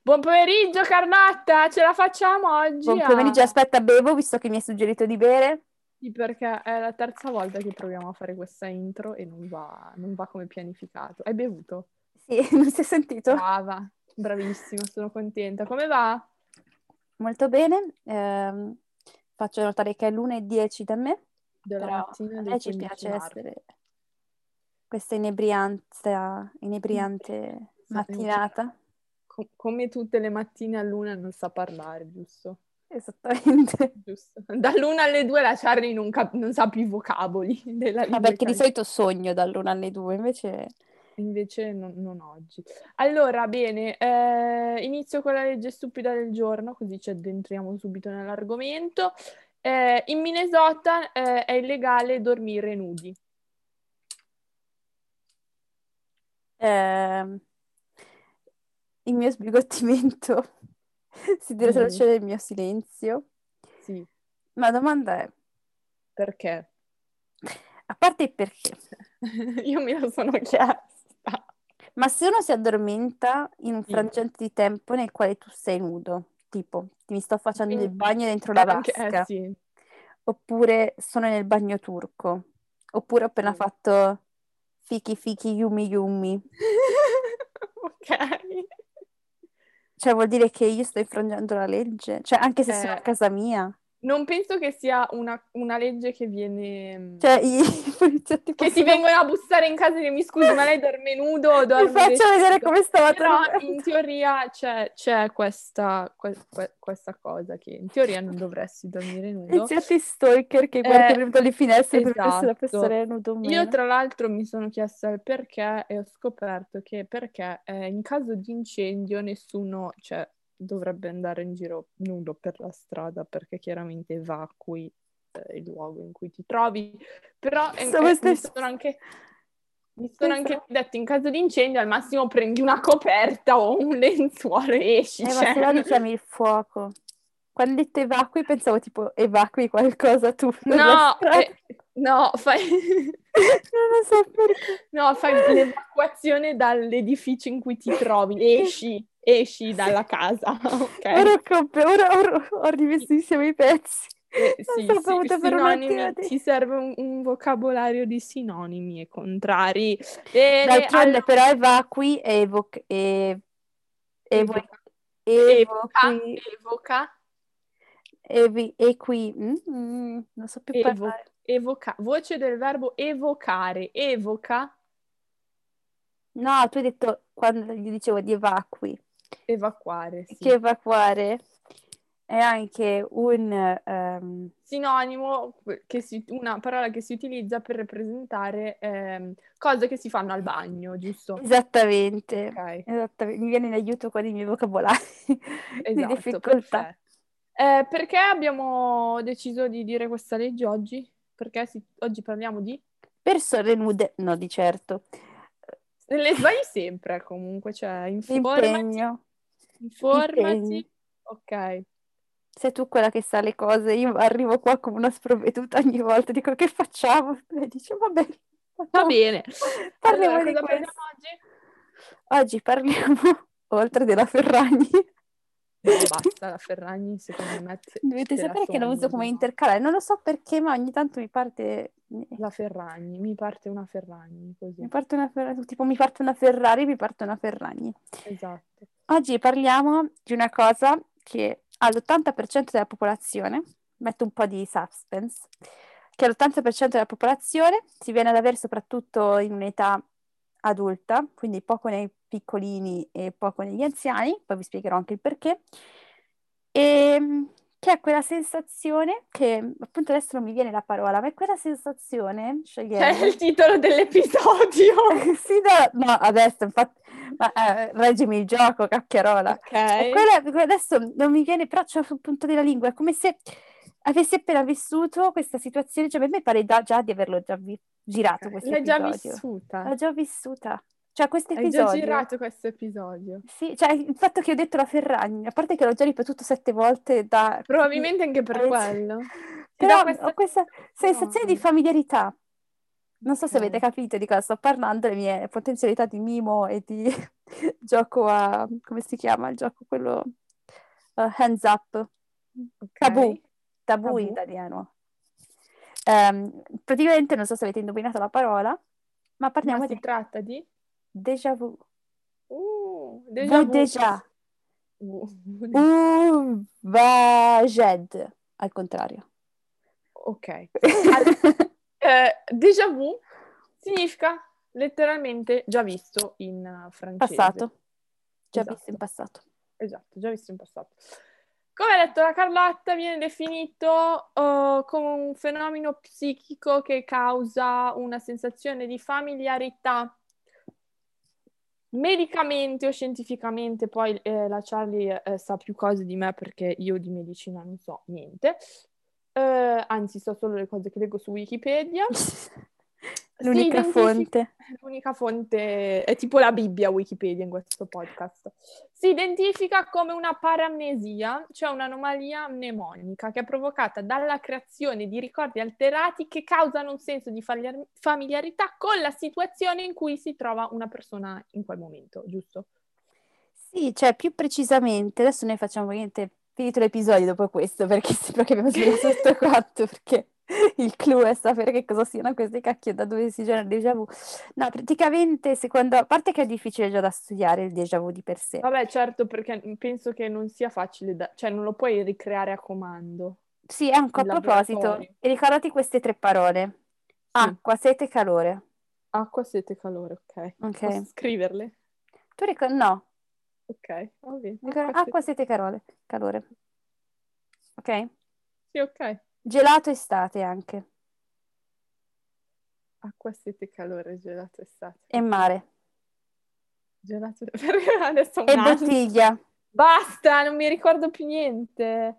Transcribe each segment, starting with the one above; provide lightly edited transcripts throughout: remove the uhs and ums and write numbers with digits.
Buon pomeriggio, Carlotta, ce la facciamo oggi Buon pomeriggio, aspetta, bevo, visto che mi hai suggerito di bere. Sì, perché è la terza volta che proviamo a fare questa intro e non va come pianificato. Hai bevuto? Sì, non si è sentito? Brava, bravissima, sono contenta. Come va? Molto bene. Faccio notare che è l'1:10 da me, Della però mattina a del lei ci 15 piace marzo. essere questa inebriante mattinata. Come tutte le mattine all'una non sa parlare, giusto? Esattamente. Giusto. Dall'una alle due la Charlie non sa più i vocaboli della Ma lingua perché di italiana. solito sogno dall'1 alle 2, invece... Invece non oggi. Allora, bene, inizio con la legge stupida del giorno, così ci addentriamo subito nell'argomento. In Minnesota, è illegale dormire nudi. ehm, il mio sbigottimento si Dimmi, traduce nel mio silenzio. sì, Ma la domanda è, perché? a parte il perché, Io me la sono chiesta. ma se uno si addormenta in un Sì, frangente di tempo nel quale tu sei nudo, tipo ti mi sto facendo il quindi bagno dentro la vasca, sì. oppure sono nel bagno turco, oppure ho appena Sì. fatto fiki fiki yumi yumi, Ok. cioè vuol dire che io sto infrangendo la legge, cioè anche se sono a Eh, casa mia, non penso che sia una legge che viene... cioè i poliziotti che ti possono... vengono a bussare in casa e dire, mi scusi, ma lei dorme nudo o Mi dorme faccio vedere vestito? come stavo Però in dormendo. teoria c'è questa cosa che in teoria non dovresti dormire nudo. Poliziotti stalker che Eh, guardano dalle finestre per vedere se la persona esatto. è nuda o Io meno. tra l'altro mi sono chiesta il perché e ho scoperto che perché in caso di incendio nessuno, cioè, dovrebbe andare in giro nudo per la strada perché chiaramente evacui il luogo in cui ti trovi. Però Stavo stesso. mi sono anche Esatto. detto in caso di incendio al massimo prendi una coperta o un lenzuolo e esci. Ma Cioè. se no richiami il fuoco. Quando hai detto evacui, pensavo tipo evacui qualcosa tu per la No, strada. no, fai... Non lo so perché. No, fai l'evacuazione dall'edificio in cui ti trovi, esci Sì. dalla casa, Ora ok? ho rimesso insieme i pezzi. Non Sì, sono sì, caduta per un attimo sinonimi, di... ci serve un vocabolario di sinonimi e contrari. Bene, D'altronde allora, però evacui e evo- evoca, evoqui, evoca, equi, non so più parlare. voce del verbo evocare, evoca, No, tu hai detto quando gli dicevo di evacui, evacuare, che sì. evacuare è anche un... Sinonimo, una parola che si utilizza per rappresentare cose che si fanno al bagno, giusto? esattamente, Ok, esattamente, mi viene in aiuto con i miei vocabolari di esatto, difficoltà. perfetto. Perché abbiamo deciso di dire questa legge oggi? Perché oggi parliamo di... Persone nude, no, di certo. Le sbagli sempre, comunque, cioè, informati, L'impegno, impegni. informati, ok. Sei tu quella che sa le cose, io arrivo qua come una sprovveduta ogni volta, dico che facciamo? E dice, vabbè, Va facciamo... bene. Allora, parliamo di cosa parliamo questo. oggi? Oggi parliamo, oltre della Ferragni, No, basta, la Ferragni, secondo me, dovete te la sapere che lo uso sogni come già. intercalare, non lo so perché, ma ogni tanto mi parte... La Ferragni, mi parte una Ferragni, Mi così. parte una tipo mi parte una Ferrari, mi parte una Ferragni. Esatto. Oggi parliamo di una cosa che all'80% della popolazione, metto un po' di suspense, che all'80% della popolazione si viene ad avere soprattutto in un'età adulta, quindi poco nei piccolini e poco negli anziani, poi vi spiegherò anche il perché, e che è quella sensazione che, appunto adesso non mi viene la parola, ma è quella sensazione, C'è il Cheyenne, titolo dell'episodio. sì, no, no, adesso infatti, ma, reggimi il gioco, cacchiarola. Ok. È quella, adesso non mi viene, però c'è sul punto della lingua, è come se avessi appena vissuto questa situazione, cioè per me pare già di averlo già girato Ok. questo L'hai già episodio. vissuta. L'ho già vissuta. Cioè, questo Hai già episodio, girato questo episodio. sì, cioè il fatto che ho detto la Ferragni, a parte che l'ho già ripetuto 7 volte da... Probabilmente anche per quello. Ti dà Però questa ho questa sensazione di sensazione. familiarità. Non so se avete capito di cosa sto parlando, le mie potenzialità di mimo e di gioco a... come si chiama il gioco? Quello... hands up. Ok. Tabù in Tabù. italiano. Praticamente non so se avete indovinato la parola, ma Ma parliamo di si tratta di? déjà vu. Déjà Vu vu. déjà. Uh, Vaged, al contrario. Ok. Allora, déjà vu significa letteralmente già visto in francese. Passato. Già visto in Esatto, passato. esatto, già visto in passato. Come ha detto la Carlotta, viene definito come un fenomeno psichico che causa una sensazione di familiarità. Medicamente o scientificamente, poi la Charlie sa più cose di me perché io di medicina non so niente. Anzi, so solo le cose che leggo su Wikipedia. Si L'unica identifica, fonte. l'unica fonte è tipo la Bibbia Wikipedia in questo podcast. Si identifica come una paramnesia, cioè un'anomalia mnemonica che è provocata dalla creazione di ricordi alterati che causano un senso di familiarità con la situazione in cui si trova una persona in quel momento, giusto? Sì, cioè più precisamente, adesso noi facciamo niente, finito l'episodio dopo questo, perché sembra che abbiamo svegliato tutto quanto, perché il clou è sapere che cosa siano questi cacchio, da dove si genera il déjà vu. No, praticamente, secondo, a parte che è difficile già da studiare il déjà vu di per sé. Vabbè, certo, perché penso che non sia facile cioè non lo puoi ricreare a comando Sì, anche a in proposito, laboratorio. ricordati queste tre parole. Sì, Acqua, sete, calore. acqua, sete, calore, ok. Posso Ok. scriverle? Tu ricordi? No. Ok, va bene. Acqua, Acqua, sete. sete, calore. Ok? Sì, ok. Gelato estate anche. Acqua, sete, calore, gelato, estate. E Ok. mare. Gelato, perché adesso ho E un'ansia. bottiglia. Basta, non mi ricordo più niente.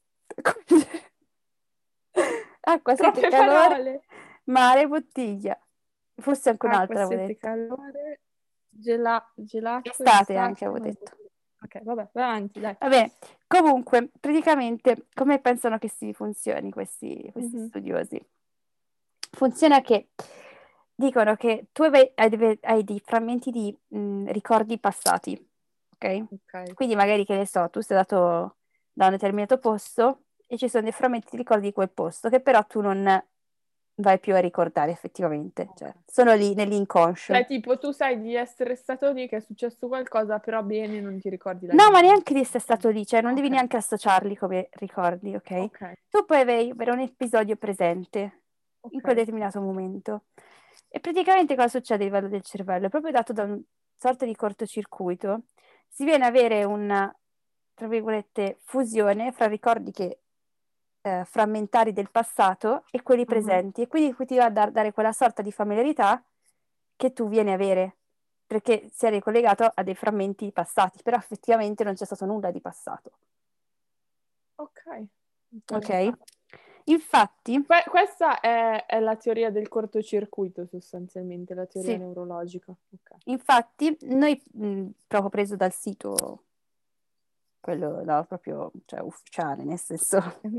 Acqua, sete, Troppe calore, parole. mare, bottiglia. Forse anche Acqua, un'altra avevo sete, detto. calore, gelato, Estate anche estate. avevo detto. Ok, vabbè, vai avanti, dai. Va bene, comunque, praticamente, come pensano che si funzioni questi Mhm. studiosi? Funziona che dicono che tu hai dei frammenti di ricordi passati, ok? Ok. Quindi magari, che ne so, tu sei andato da un determinato posto e ci sono dei frammenti di ricordi di quel posto che però tu non vai più a ricordare effettivamente, Ok. cioè sono lì Cioè, nell'inconscio. tipo, tu sai di essere stato lì, che è successo qualcosa, però bene, non ti ricordi la No, ma dinamica. neanche di essere stato lì, cioè non devi Ok, neanche associarli come ricordi, ok? ok, Tu puoi avere un episodio presente in quel ok. determinato momento. E praticamente cosa succede a livello del cervello? È proprio dato da una sorta di cortocircuito. Si viene a avere una, tra virgolette, fusione fra ricordi frammentari del passato e quelli Mhm. presenti. E quindi ti va a dare quella sorta di familiarità che tu vieni a avere perché si è ricollegato a dei frammenti passati, però effettivamente non c'è stato nulla di passato. Ok, Ok? interessante. Infatti, Questa è la teoria del cortocircuito, sostanzialmente, la teoria sì, neurologica. Ok. infatti noi, proprio preso dal sito, quello no, proprio, cioè ufficiale, nel senso...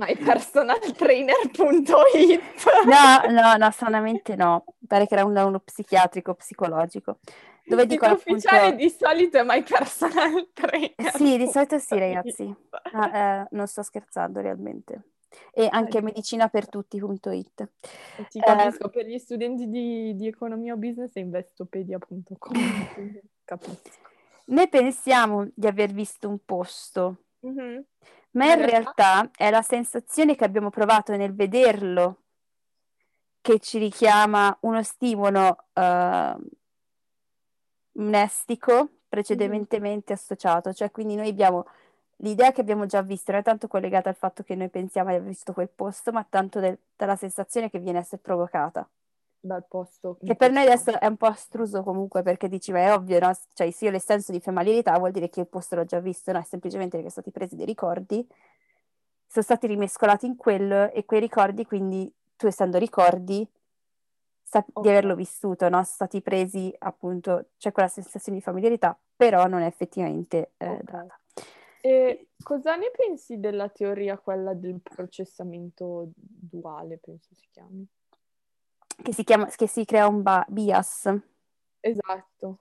mypersonaltrainer.it. No, no, no, stranamente no, pare che era uno psichiatrico, psicologico, Il dove sito dicono ufficiale appunto, di solito è sì, di solito sì mypersonaltrainer.it. ragazzi, non sto scherzando realmente, e anche Già. medicinapertutti.it. Ti capisco, per gli studenti di economia o business è investopedia.com, quindi capisco. Noi pensiamo di aver visto un posto, Mhm. ma Ma in in realtà, realtà è la sensazione che abbiamo provato nel vederlo che ci richiama uno stimolo mnestico mhm, precedentemente associato, cioè quindi noi abbiamo l'idea che abbiamo già visto, non è tanto collegata al fatto che noi pensiamo di aver visto quel posto, ma tanto dalla sensazione che viene a essere provocata. dal posto Che in per noi questione. adesso è un po' astruso comunque perché dici, ma è ovvio, no? Cioè, se io ho il senso di familiarità vuol dire che il posto l'ho già visto, no? È semplicemente che sono stati presi dei ricordi, sono stati rimescolati in quello e quei ricordi, quindi tu essendo ricordi, sa di Ok, averlo vissuto, no? Sono stati presi appunto, c'è quella sensazione di familiarità, però non è effettivamente ok. data. E cosa ne pensi della teoria, quella del processamento duale, penso si chiami? che si crea un bias. Esatto.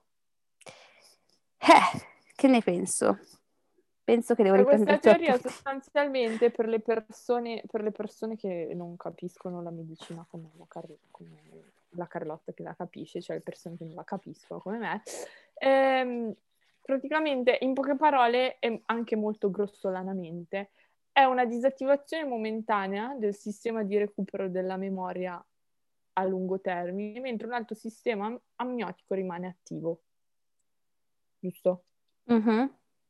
Che ne penso? Penso che devo E riprendere questa i tuoi teoria appunti. sostanzialmente per le persone che non capiscono la medicina come la Carlotta che la capisce, cioè le persone che non la capiscono come me, ehm, praticamente in poche parole e anche molto grossolanamente è una disattivazione momentanea del sistema di recupero della memoria a lungo termine, mentre un altro sistema amniotico rimane attivo. Giusto? Mhm.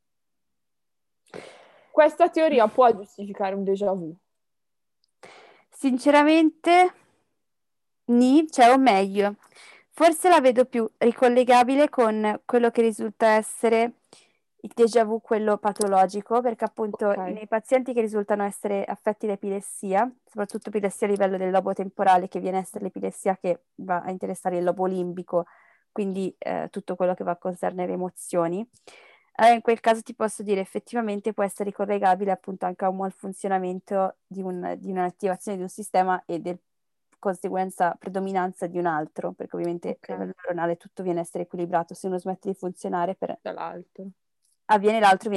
Questa teoria può giustificare un déjà vu. Sinceramente, cioè, o meglio, forse la vedo più ricollegabile con quello che risulta essere il déjà vu, quello patologico, perché appunto Ok, nei pazienti che risultano essere affetti da epilessia, soprattutto epilessia a livello del lobo temporale, che viene a essere l'epilessia che va a interessare il lobo limbico, quindi tutto quello che va a concernere le emozioni. In quel caso ti posso dire effettivamente può essere ricollegabile appunto anche a un malfunzionamento di un'attivazione di un sistema e del conseguenza predominanza di un altro, perché ovviamente a ok, livello neuronale tutto viene a essere equilibrato, se uno smette di funzionare dall'altro. avviene l'altro,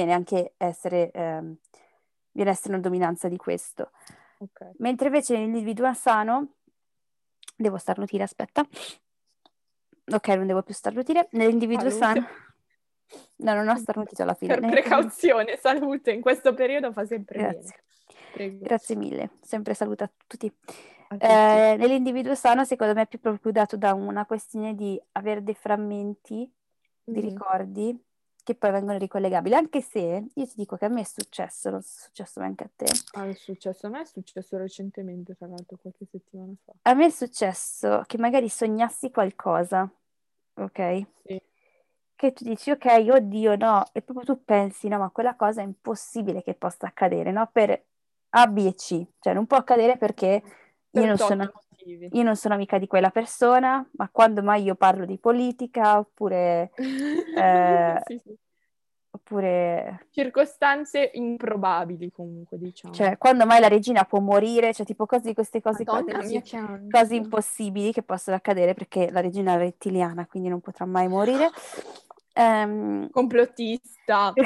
viene a essere una dominanza di questo. Ok. Mentre invece nell'individuo sano, devo starnutire, aspetta. Ok, non devo più starnutire. Nell'individuo Salute. sano, no, non ho starnutito alla fine. Per precauzione, salute, in questo periodo fa sempre bene. Grazie. Prego, Grazie mille, sempre saluto a tutti. a tutti. Nell'individuo sano, secondo me, è più proprio dato da una questione di avere dei frammenti di Mhm. ricordi che poi vengono ricollegabili, anche se io ti dico che a me è successo, non so se è successo anche a te. Ah, è successo a me, è successo recentemente, tra l'altro, qualche settimana fa. A me è successo che magari sognassi qualcosa, ok? Sì, Che tu dici, ok, oddio, no, e proprio tu pensi, no, ma quella cosa è impossibile che possa accadere, no? Per A, B e C, cioè non può accadere perché io per non tot sono, motivi. io non sono amica di quella persona, ma quando mai io parlo di politica, eh, Sì, sì. oppure, Circostanze improbabili, comunque, diciamo. cioè, quando mai la regina può morire, cioè, tipo queste cose qua, tu Madonna mia, dici, che cose ansia. impossibili che possono accadere perché la regina è rettiliana, quindi non potrà mai morire. Ehm, Complottista.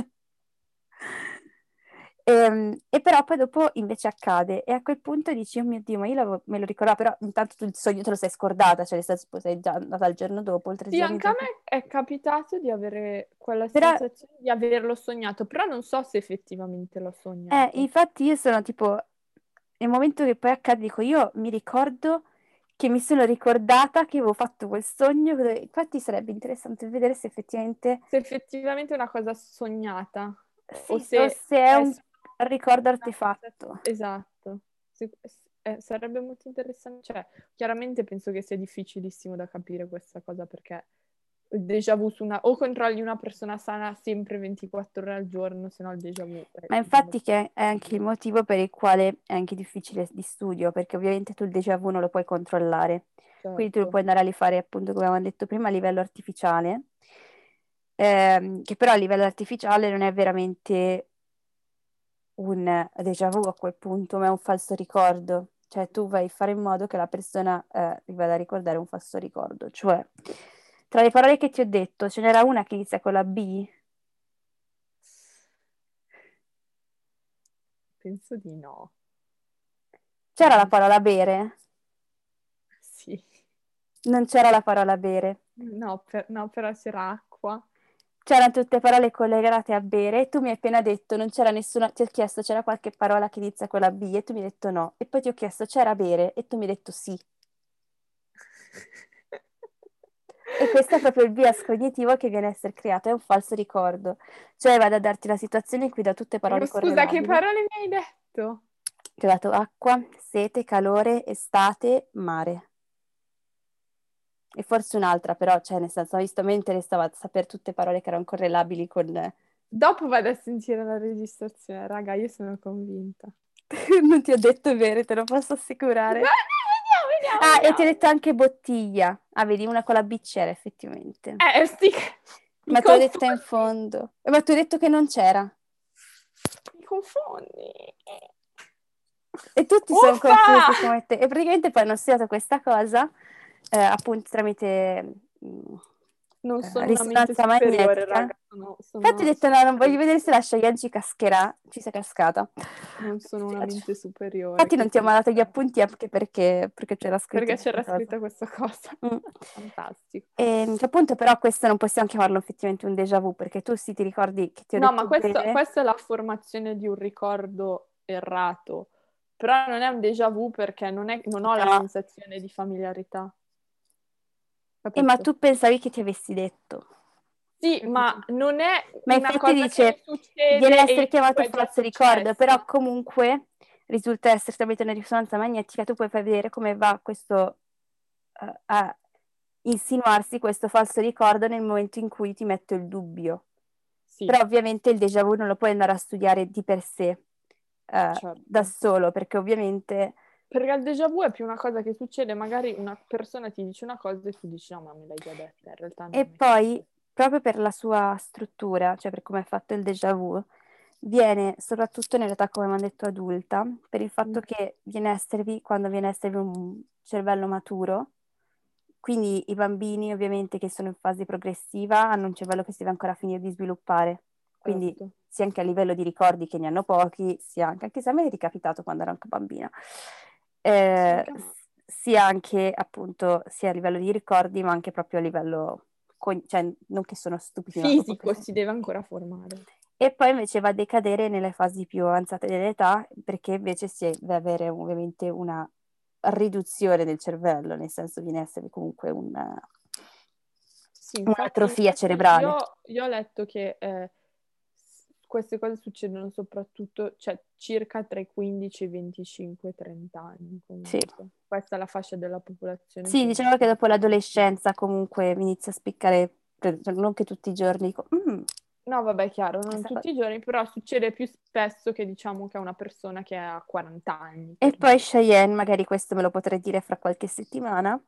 e però poi dopo invece accade e a quel punto dici, oh mio Dio, ma io me lo ricordavo, però intanto tu il sogno te lo sei scordata, cioè nel senso poi sei già andata il giorno dopo, 3 Sì, giorni anche a dopo. me è capitato di avere quella Però, sensazione di averlo sognato, però non so se effettivamente l'ho sognato. infatti io sono tipo, nel momento che poi accade, dico, io mi ricordo che mi sono ricordata che avevo fatto quel sogno, infatti sarebbe interessante vedere se effettivamente, Se effettivamente è una cosa sognata o sì, o se se è è un solo ricordo una sensazione. artefatto. Esatto. Sarebbe molto interessante. Cioè, chiaramente penso che sia difficilissimo da capire questa cosa perché il déjà vu o controlli una persona sana sempre 24 ore al giorno, se no il déjà vu è Ma diciamo, infatti che è anche il motivo per il quale è anche difficile di studio, perché ovviamente tu il déjà vu non lo puoi controllare, quindi tu lo certo. puoi andare a rifare appunto come avevamo detto prima a livello artificiale, che però a livello artificiale non è veramente un déjà vu a quel punto, ma è un falso ricordo, cioè tu vai a fare in modo che la persona vada a ricordare un falso ricordo, cioè tra le parole che ti ho detto ce n'era una che inizia con la B. Penso di no. C'era la parola bere? Sì. Non c'era la parola bere. No, no, però c'era acqua. C'erano tutte parole collegate a bere e tu mi hai appena detto non c'era nessuna, ti ho chiesto c'era qualche parola che inizia con la B e tu mi hai detto no e poi ti ho chiesto c'era bere e tu mi hai detto sì e questo è proprio il bias cognitivo che viene a essere creato, è un falso ricordo, cioè vado a darti la situazione in cui da tutte Ma parole scusa, che correlabili parole mi hai detto? ti ho dato acqua, sete, calore, estate, mare e forse un'altra però, cioè nel senso, visto a me interessava sapere tutte parole che erano correlabili con... Dopo vado a sentire la registrazione, raga, io sono convinta. Non ti ho detto bere, te lo posso No, assicurare. no, vediamo, Ah, e ti ho vediamo, detto vediamo. anche bottiglia. Ah, vedi, una con la B c'era effettivamente. Mi Ma te l'ho detta in confondi, fondo. Ma tu hai detto che non c'era. mi confondi. E tutti sono Uffa! confussi come te. E praticamente poi hanno studiato questa cosa appunto tramite Non sono una mente risonanza superiore, magnetica. raga, Infatti ho detto sono no, non voglio una vedere se la Cheyenne cascherà, ci sei cascata. non sono una mente superiore, Infatti non che ti ho mandato gli tristezza. appunti anche perché c'era scritto Perché questa c'era cosa. scritta questa cosa. Mm. Fantastico. Che appunto però questo non possiamo chiamarlo effettivamente un déjà vu, perché tu sì ti ricordi che ti ho No, ma detto bene. questa è la formazione di un ricordo errato. Però non è un déjà vu perché non ho la No. sensazione di familiarità. Ma Capito? tu pensavi che ti avessi detto. Sì, ma Capito? non è Ma una infatti cosa che mi dice, viene a succede essere e chiamato è già falso ricordo, però successo. comunque risulta essere tramite una risonanza magnetica, tu puoi far vedere come va questo a insinuarsi questo falso ricordo nel momento in cui ti metto il dubbio. Sì, Però ovviamente il déjà vu non lo puoi andare a studiare di per sé, da certo. solo, perché ovviamente. Perché il déjà vu è più una cosa che succede, magari una persona ti dice una cosa e tu dici no, ma me l'hai già detta, in realtà E non è poi, così. proprio per la sua struttura, cioè per come è fatto il déjà vu, viene soprattutto nell'età, come mi hanno detto, adulta, per il fatto Mm. che quando viene a esservi un cervello maturo, quindi i bambini ovviamente che sono in fase progressiva hanno un cervello che si deve ancora finire di sviluppare, quindi Certo. sia anche a livello di ricordi che ne hanno pochi, sia anche se a me è ricapitato quando ero anche bambina, Sì, eh, anche a me. sia anche appunto sia a livello di ricordi, ma anche proprio a livello, cioè non che sono stupidi, ma proprio che Fisico si deve ancora formare. e poi invece va a decadere nelle fasi più avanzate dell'età, perché invece si deve avere ovviamente una riduzione del cervello, nel senso viene a essere comunque Sì, un'atrofia infatti cerebrale. io ho letto che queste cose succedono soprattutto, cioè circa tra i 15 e i 25, 30 anni Sì. comunque. Questa è la fascia della popolazione Sì, che diciamo che che dopo decade di più. l'adolescenza comunque mi inizia a spiccare, cioè, non che tutti i giorni dico, No, vabbè, chiaro, non questa cosa. tutti i giorni, però succede più spesso che diciamo che è una persona che ha 40 anni, E per poi dire. Cheyenne, magari questo me lo potrei dire fra qualche settimana,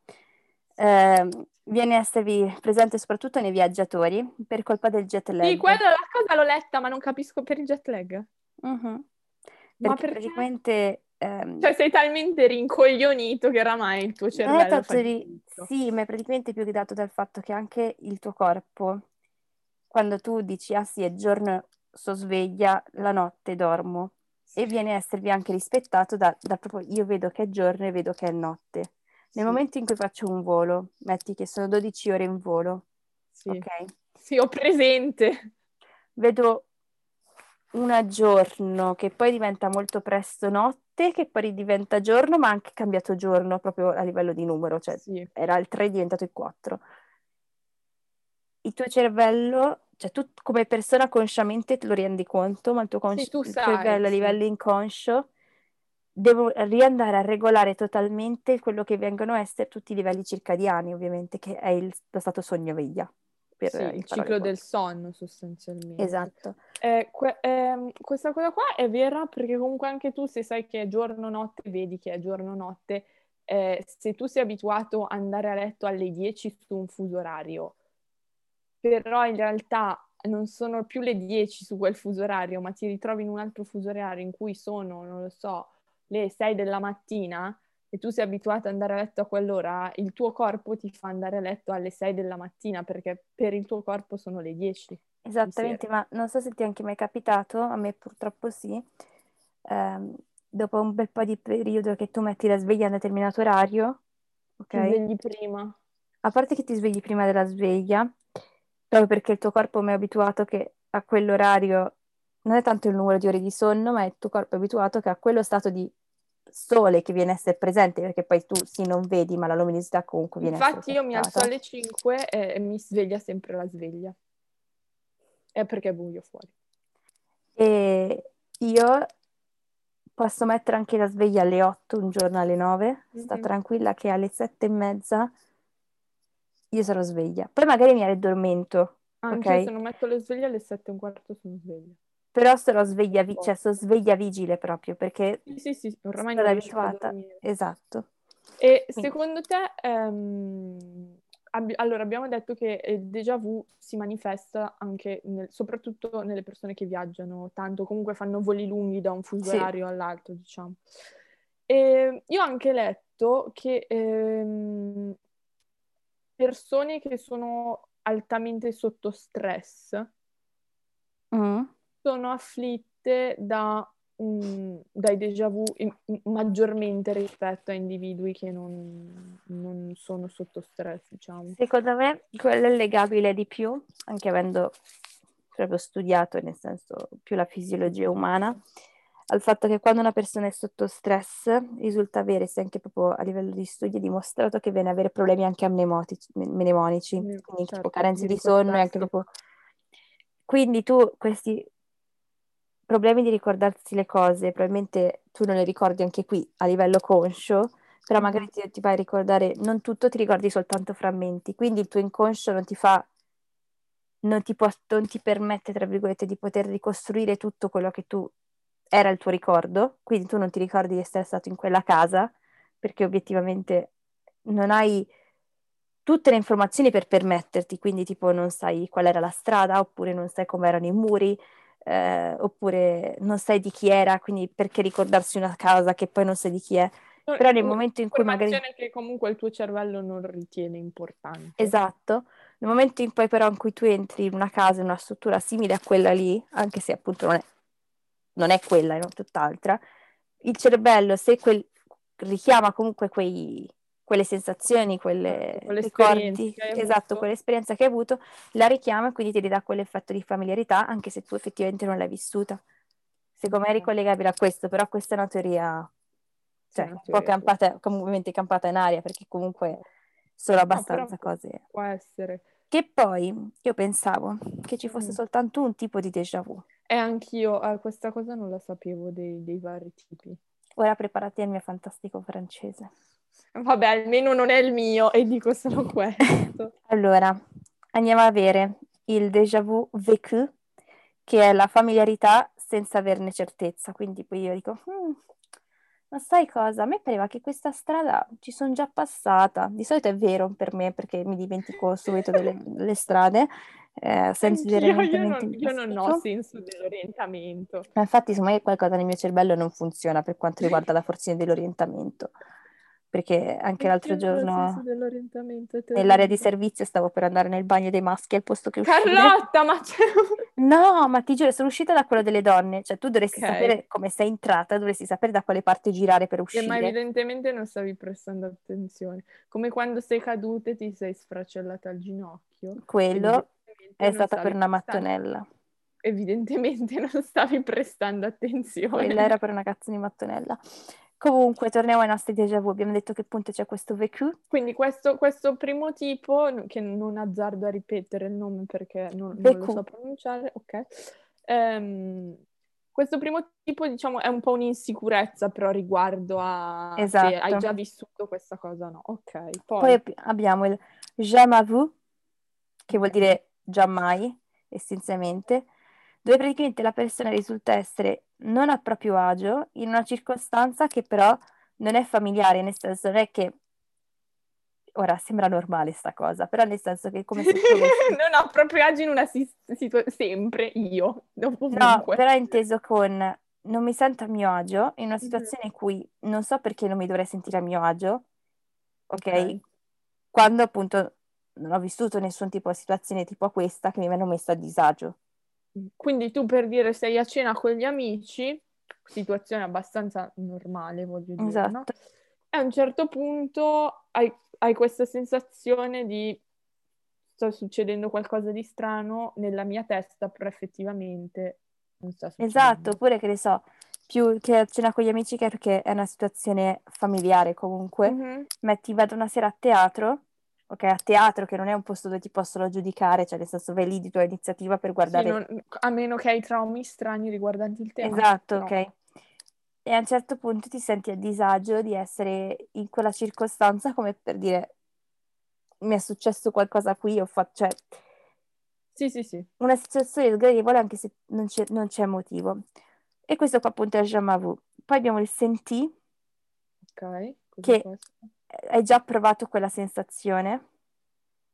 viene a esservi presente soprattutto nei viaggiatori per colpa del jet Sì, lag. quella la cosa l'ho letta, ma non capisco per il jet lag. Mhm. Ma Perché perché? praticamente Cioè, sei talmente rincoglionito che oramai il tuo non è cervello fa tanto di di. tutto. Sì, ma è praticamente più che dato dal fatto che anche il tuo corpo, quando tu dici, ah sì, è giorno, sto sveglia, la notte dormo, e viene a esservi anche rispettato da proprio, io vedo che è giorno e vedo che è notte. Nel Sì, momento in cui faccio un volo, metti che sono 12 ore in volo, sì, ok? sì, ho presente. Vedo un giorno che poi diventa molto presto notte, che poi diventa giorno, ma ha anche cambiato giorno proprio a livello di numero, cioè Sì, era il 3 è diventato il 4. Il tuo cervello, cioè tu come persona consciamente te lo rendi conto, ma sì, tu il sai, cervello a sì. livello inconscio devo riandare a regolare totalmente quello che vengono a essere tutti i livelli circadiani, ovviamente, che è lo stato sogno-veglia, Sì, in il parole ciclo povere. del sonno sostanzialmente. Esatto. Questa cosa qua è vera perché comunque anche tu se sai che è giorno-notte, vedi che è giorno-notte, se tu sei abituato ad andare a letto alle 10 su un fuso orario, però in realtà non sono più le 10 su quel fuso orario, ma ti ritrovi in un altro fuso orario in cui sono, non lo so, le 6 della mattina e tu sei abituato ad andare a letto a quell'ora, il tuo corpo ti fa andare a letto alle 6 della mattina perché per il tuo corpo sono le 10 di sera. Esattamente, ma non so se ti è anche mai capitato, a me purtroppo sì, ehm, dopo un bel po' di periodo che tu metti la sveglia a un determinato orario, Ti ok? svegli prima. A parte che ti svegli prima della sveglia, proprio perché il tuo corpo mi è abituato che a quell'orario non è tanto il numero di ore di sonno, ma il tuo corpo è abituato che a quello stato di sole che viene a essere presente, perché poi tu sì non vedi, ma la luminosità comunque viene a essere Infatti io mi alzo captata. alle 5 e mi sveglia sempre la sveglia. È perché è buio fuori. E io posso mettere anche la sveglia alle 8, un giorno alle 9, sta Mhm. tranquilla che alle 7:30 io sarò sveglia. Poi magari mi addormento, Anche io se ok? non metto le sveglie alle 7:15 sono sveglia. Però sarò sveglia, Per cioè sono forza. sveglia vigile proprio, perché Sì, sì, sì, oramai sono non riesco più a abituata. dormire. Esatto. E Quindi, secondo te, allora, abbiamo detto che il déjà vu si manifesta anche, soprattutto nelle persone che viaggiano tanto, comunque fanno voli lunghi da un fuso Sì. orario all'altro, diciamo. E io ho anche letto che persone che sono altamente sotto stress Mm. sono afflitte dai déjà vu maggiormente rispetto a individui che non sono sotto stress, diciamo. Secondo me quello è legabile di più, anche avendo proprio studiato, nel senso, più la fisiologia umana, al fatto che quando una persona è sotto stress risulta avere, se anche proprio a livello di studi, è dimostrato che viene ad avere problemi anche mnemonici, quindi tipo Certo, carenze di di sonno e anche ricordarsi. proprio... Quindi tu questi problemi di ricordarsi le cose, probabilmente tu non le ricordi anche qui a livello conscio, però magari Mhm. ti vai a ricordare non tutto, ti ricordi soltanto frammenti, quindi il tuo inconscio non ti fa, non ti permette, tra virgolette, di poter ricostruire tutto quello che tu era il tuo ricordo, quindi tu non ti ricordi di essere stato in quella casa, perché obiettivamente non hai tutte le informazioni per permetterti, quindi tipo non sai qual era la strada, oppure non sai come erano i muri, oppure non sai di chi era, quindi perché ricordarsi una casa che poi non sai di chi è. Però nel momento in cui magari... Informazione che comunque il tuo cervello non ritiene importante. Esatto, nel momento in poi però in cui tu entri in una casa, in una struttura simile a quella lì, anche se appunto non è quella, è tutt'altra, il cervello, se richiama comunque quelle sensazioni, quelle Certo, quell'esperienza ricordi, che hai esatto, avuto. quell'esperienza che hai avuto, la richiama e quindi ti ridà quell'effetto di familiarità, anche se tu effettivamente non l'hai vissuta. Secondo me è Ok. ricollegabile a questo, però questa è una teoria, Sì, cioè, una un po' teoria tua. comunemente campata in aria, perché comunque sono No, però abbastanza cose. può essere. Che poi io pensavo che ci fosse Mhm. soltanto un tipo di déjà vu. E anch'io questa cosa non la sapevo dei vari tipi. Ora preparati al mio fantastico francese. Vabbè, almeno non è il mio e dico solo questo. Allora, andiamo a avere il déjà vu vécu, che è la familiarità senza averne certezza. Quindi poi io dico, ma sai cosa? A me pareva che questa strada ci sono già passata. Di solito è vero per me, perché mi dimentico subito delle strade, senza Anch'io, orientamento io non ho linguistico. senso dell'orientamento. Ma infatti, secondo me qualcosa nel mio cervello non funziona per quanto riguarda la forza dell'orientamento, perché anche l'altro Anch'io non ho senso giorno dell'orientamento, è nell'area di terribile. servizio stavo per andare nel bagno dei maschi al posto che uscire. Carlotta, ma c'è No, ma ti giuro, sono uscita da quello delle donne, cioè tu dovresti Ok, sapere come sei entrata, dovresti sapere da quale parte girare per ma uscire. evidentemente non stavi prestando attenzione. Come quando sei caduta e ti sei sfracellata al ginocchio. Quello Evidentemente è non stata per stavi una prestando, mattonella. evidentemente non stavi prestando Quella attenzione. era per una cazzo di mattonella. Comunque, torniamo ai nostri déjà vu. Abbiamo detto che appunto c'è questo vécu. Quindi questo primo tipo, che non azzardo a ripetere il nome perché non lo Vécu, so pronunciare, ok. Ehm, Questo primo tipo, diciamo, è un po' un'insicurezza però riguardo a se hai esatto. già vissuto questa cosa o no. Ok, Poi poi, abbiamo il jamais vu, che vuol ok, dire giammai, essenzialmente, dove praticamente la persona risulta essere non a proprio agio in una circostanza che però non è familiare, nel senso non è che, ora sembra normale sta cosa, però nel senso che è come se tu dovessi, non ho proprio agio in una situazione, sempre io, no, ovunque. però è inteso con non mi sento a mio agio in una Mhm. situazione in cui non so perché non mi dovrei sentire a mio agio, ok? Ok. Quando appunto non ho vissuto nessun tipo di situazione tipo a questa che mi hanno messo a disagio. Quindi tu per dire sei a cena con gli amici, situazione abbastanza normale, voglio dire, no? Esatto, E a un certo punto hai questa sensazione di sta succedendo qualcosa di strano nella mia testa, però effettivamente non sta esatto, succedendo. oppure che ne so, più che a cena con gli amici che perché è una situazione familiare comunque, Mhm. metti, vado una sera a teatro, ok, a teatro che non è un posto dove ti possono giudicare, cioè nel senso vai lì di tua iniziativa per Sì, guardare, a meno che hai traumi strani riguardanti il teatro, esatto, però. ok, e a un certo punto ti senti a disagio di essere in quella circostanza come per dire mi è successo qualcosa qui, ho fatto, cioè Sì, sì, sì. una situazione sgradevole anche se non c'è motivo. E questo qua appunto è jamais vu. Poi abbiamo il sentì, Ok, cosa che può essere? hai già provato quella sensazione,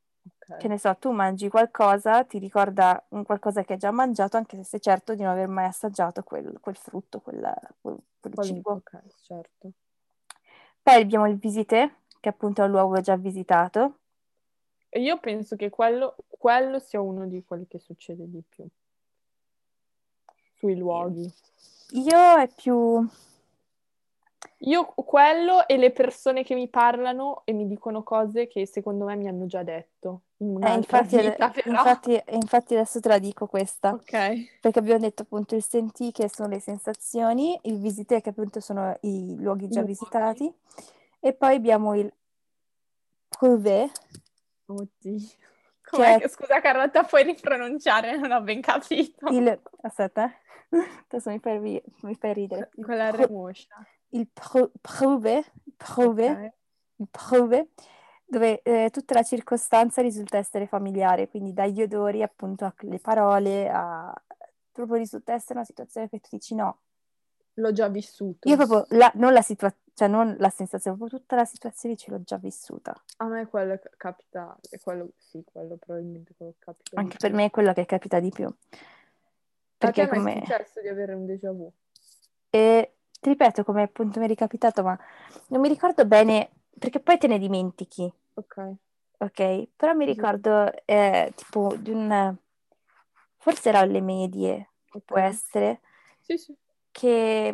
che Ok. ne so, tu mangi qualcosa, ti ricorda un qualcosa che hai già mangiato, anche se sei certo di non aver mai assaggiato quel frutto, quel Qualunque, cibo. ok, certo. Poi abbiamo il visité, che appunto è un luogo già visitato. E io penso che quello sia uno di quelli che succede di più sui luoghi. Io è più... Io quello e le persone che mi parlano e mi dicono cose che secondo me mi hanno già detto in un'altra infatti, vita, però. infatti adesso te la dico questa, Ok. perché abbiamo detto appunto il sentì che sono le sensazioni, il visité che appunto sono i luoghi I già luoghi. visitati, e poi abbiamo il prouvé, Oddio. che Com'è è che, scusa Carlotta, puoi ripronunciare? Non ho ben capito. aspetta, adesso mi fai ridere, Con la remoscia. prouvé, prouvé, Ok. il prouvé, dove tutta la circostanza risulta essere familiare, quindi dagli odori appunto alle parole, proprio risulta essere una situazione che tu dici no. L'ho già Io vissuto. proprio, non la situazione, cioè non la sensazione, proprio tutta la situazione ce l'ho già vissuta. A me quello capita, e quello sì, quello probabilmente quello che capita di Anche per più. me è quello che capita di più. A te Perché è mai come... successo di avere un déjà vu? E ti ripeto, come appunto mi è ricapitato, ma non mi ricordo bene, perché poi te ne dimentichi, Ok. ok? Però mi Sì, sì, sì. ricordo tipo di un... Forse era alle medie, può Ok. essere, Sì, sì. che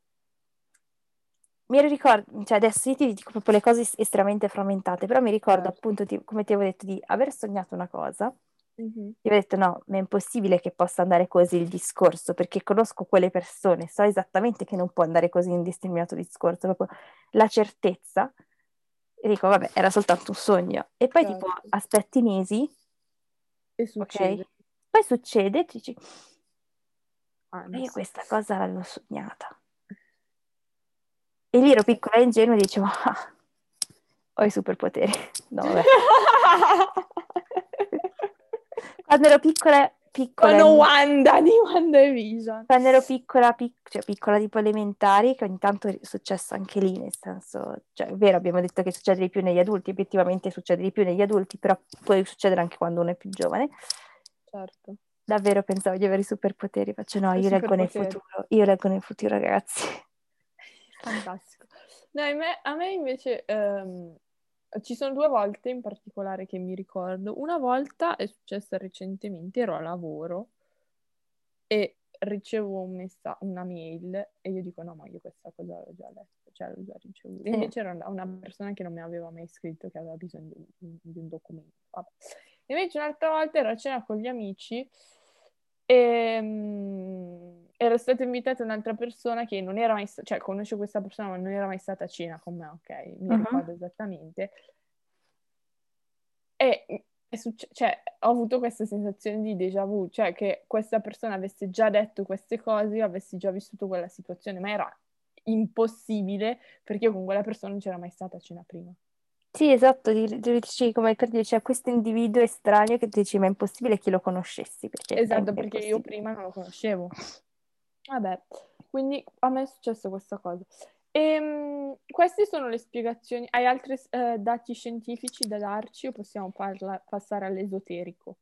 mi ricordo, cioè adesso io ti dico proprio le cose estremamente frammentate, però mi ricordo Certo. appunto, come ti avevo detto, di aver sognato una cosa. Mhm. Io ho detto no, ma è impossibile che possa andare così il discorso, perché conosco quelle persone, so esattamente che non può andare così un determinato discorso, proprio la certezza. E dico, vabbè, era soltanto un sogno. E poi tipo Certo. aspetti mesi, E ok? succede. Poi succede, e tu dici, ma io Anzi. questa cosa l'avevo sognata. E lì ero piccola e ingenua e dicevo, ah, ho i superpoteri. No, vabbè. Quando ero piccola, Sono Wanda di WandaVision. quando ero piccola, cioè piccola tipo elementari, che ogni tanto è successo anche lì, nel senso, cioè è vero, abbiamo detto che succede di più negli adulti, obiettivamente succede di più negli adulti, però può succedere anche quando uno è più giovane. Certo. Davvero pensavo di avere i superpoteri, faccio no, io leggo nel Superpoteri. futuro, io leggo nel futuro, ragazzi. Fantastico. No, a me invece ci sono due volte in particolare che mi ricordo. Una volta è successa recentemente, ero a lavoro e ricevo una mail e io dico no, ma io questa cosa l'ho già letta, cioè l'ho già ricevuta. Sì. Invece era una persona che non mi aveva mai scritto che aveva bisogno di un documento. Vabbè. Invece un'altra volta ero a cena con gli amici e ero stata invitata un'altra persona che non era mai stata, cioè conosce questa persona ma non era mai stata a cena con me, ok? Mi Mhm. ricordo esattamente. E cioè, ho avuto questa sensazione di déjà vu, cioè che questa persona avesse già detto queste cose, io avessi già vissuto quella situazione, ma era impossibile perché io con quella persona non c'era mai stata a cena prima. Sì, esatto, dici come per dire, c'è questo individuo estraneo che tu dici, ma è impossibile che lo conoscessi, perché Esatto, è perché io impossibile. prima non lo conoscevo. Vabbè, quindi a me è successa questa cosa. Queste sono le spiegazioni. Hai altri dati scientifici da darci o possiamo passare all'esoterico?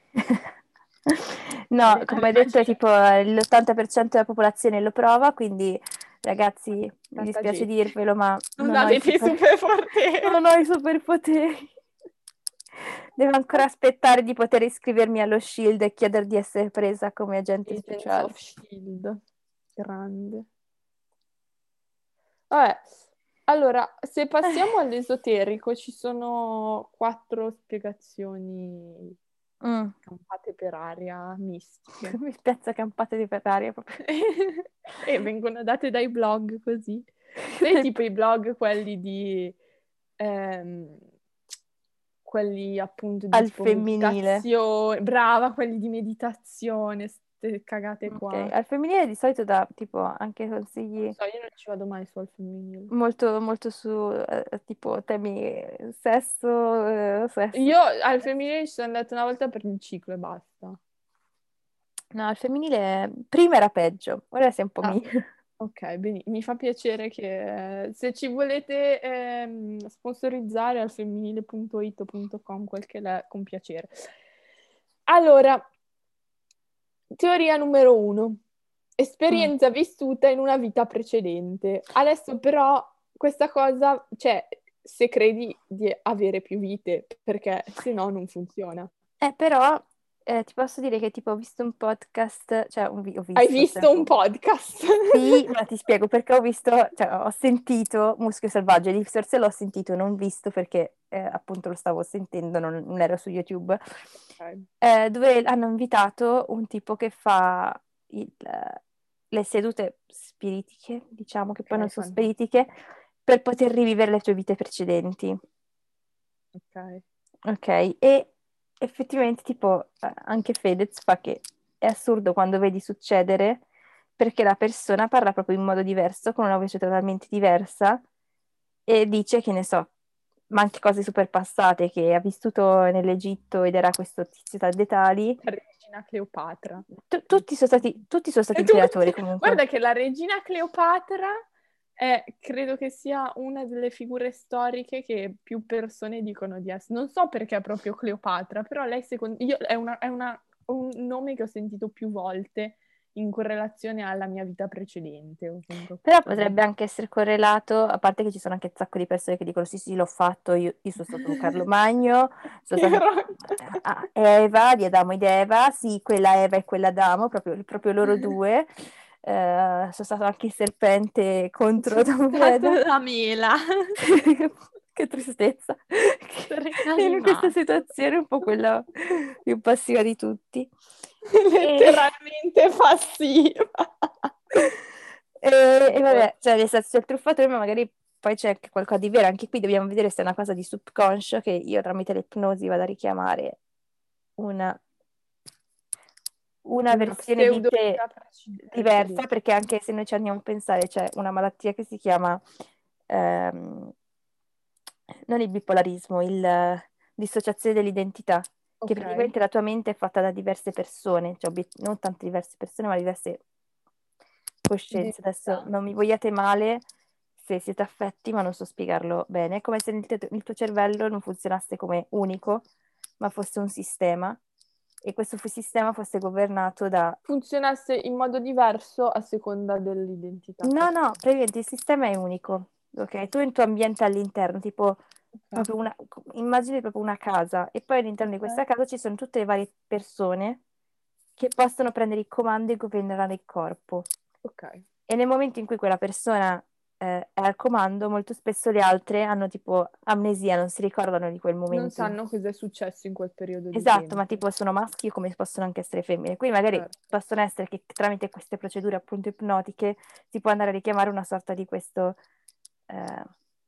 No, Alle come hai detto, magie, tipo l'80% della popolazione lo prova, quindi ragazzi, mi tanta dispiace gente. dirvelo, ma Non avete i non superpoteri. ho i superpoteri. Devo ancora aspettare di poter iscrivermi allo Shield e chiedere di essere presa come agente Agents speciale. of Shield. Grande. Vabbè, allora, se passiamo all'esoterico, ci sono 4 spiegazioni Mm. campate per aria, mistiche. Mi piazza campate di petaria proprio. E vengono date dai blog così. Sai, tipo i blog, ehm, quelli appunto di Al tipo femminile. meditazione, brava, quelli di meditazione, ste cagate Ok, qua. al femminile di solito dà tipo anche Non lo consigli so, io non ci vado mai su al femminile. molto, molto su tipo temi sesso, sesso. Io al femminile ci sono andata una volta per il ciclo e basta. No, al femminile prima era peggio, ora si è un po' Ah, meglio. Ok, mi fa piacere che se ci volete sponsorizzare al femminile.it.com, quel che l'è, con piacere. Allora, teoria numero 1. Mm. Esperienza vissuta in una vita precedente. Adesso però questa cosa, cioè, se credi di avere più vite, perché se no non funziona. Però ti posso dire che tipo ho visto un podcast, cioè ho Hai visto, cioè, visto un podcast? sì, ma ti spiego perché ho visto, cioè ho sentito Muschio Selvaggio, di per sé l'ho sentito, non visto perché appunto lo stavo sentendo, non ero su YouTube, Ok. dove hanno invitato un tipo che fa le sedute spiritiche, diciamo che poi non Ok, sono spiritiche, fantastico. per poter rivivere le tue vite precedenti. Ok. Ok, e effettivamente tipo anche Fedez fa che è assurdo quando vedi succedere perché la persona parla proprio in modo diverso, con una voce totalmente diversa e dice che ne so, ma anche cose super passate che ha vissuto nell'Egitto ed era questo tizio dei tali. La regina Cleopatra. Tutti sono stati E tutti, imperatori comunque. guarda che la regina Cleopatra credo che sia una delle figure storiche che più persone dicono di essere. Non so perché è proprio Cleopatra, però lei secondo io un nome che ho sentito più volte in correlazione alla mia vita precedente. O comunque Però questo potrebbe anche essere correlato, a parte che ci sono anche un sacco di persone che dicono sì, sì, l'ho fatto, io sono stato un Carlo Magno, sono stata Ero- Eva, di Adamo ed Eva, sì, quella Eva e quella Adamo, proprio loro due. Sono stato anche il serpente contro Sono Adamo ed stata Eva. la mela. Che tristezza. Essere In questa inanimato. situazione un po' quella più passiva di tutti. E... Letteralmente passiva. E vabbè, cioè, nel senso, c'è il truffatore, ma magari poi c'è anche qualcosa di vero. Anche qui dobbiamo vedere se è una cosa di subconscio che io tramite l'ipnosi vado a richiamare una, una Una versione di pseudo te vita diversa, precedente. perché anche se noi ci andiamo a pensare, c'è una malattia che si chiama ehm, non il bipolarismo, il dissociazione dell'identità, che Ok, praticamente la tua mente è fatta da diverse persone, cioè non tante diverse persone, ma diverse coscienze. Adesso identità. non mi vogliate male se siete affetti, ma non so spiegarlo bene. È come se il tuo cervello non funzionasse come unico, ma fosse un sistema e questo sistema fosse governato da... Funzionasse in modo diverso a seconda dell'identità che No, no, assume. praticamente il sistema è unico, ok? Tu e il tuo ambiente all'interno, tipo Ok, proprio immagini proprio una casa e poi all'interno di questa ok, casa ci sono tutte le varie persone che possono prendere il comando e governare il corpo. ok. E nel momento in cui quella persona è al comando, molto spesso le altre hanno tipo amnesia, non si ricordano di quel Non momento. sanno cosa è successo in quel periodo di Esatto, ma tempo. tipo sono maschi come possono anche essere femmine. Quindi magari Certo. possono essere che tramite queste procedure appunto ipnotiche si può andare a richiamare una sorta di questo... eh,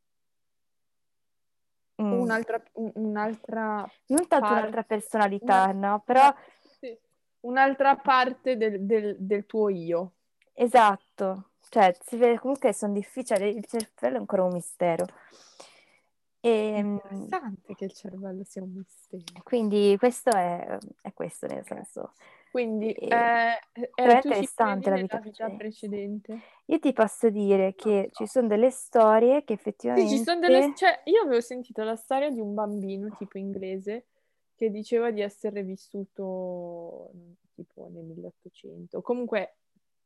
mm, Un'altra non tanto parte, un'altra personalità, una- no? Però una- sì, un'altra parte del tuo io. esatto, cioè si vede comunque sono difficili, il cervello è ancora un mistero. E, Interessante che il cervello sia un mistero. quindi questo è questo nel Ok. senso. Quindi E, però è tu ci credi interessante la vita nella vita precedente. precedente? Io ti posso dire Non lo che ci so. sono delle storie che Sì, ci sono delle... effettivamente... Cioè, io avevo sentito la storia di un bambino tipo inglese che diceva di essere vissuto tipo nel 1800, comunque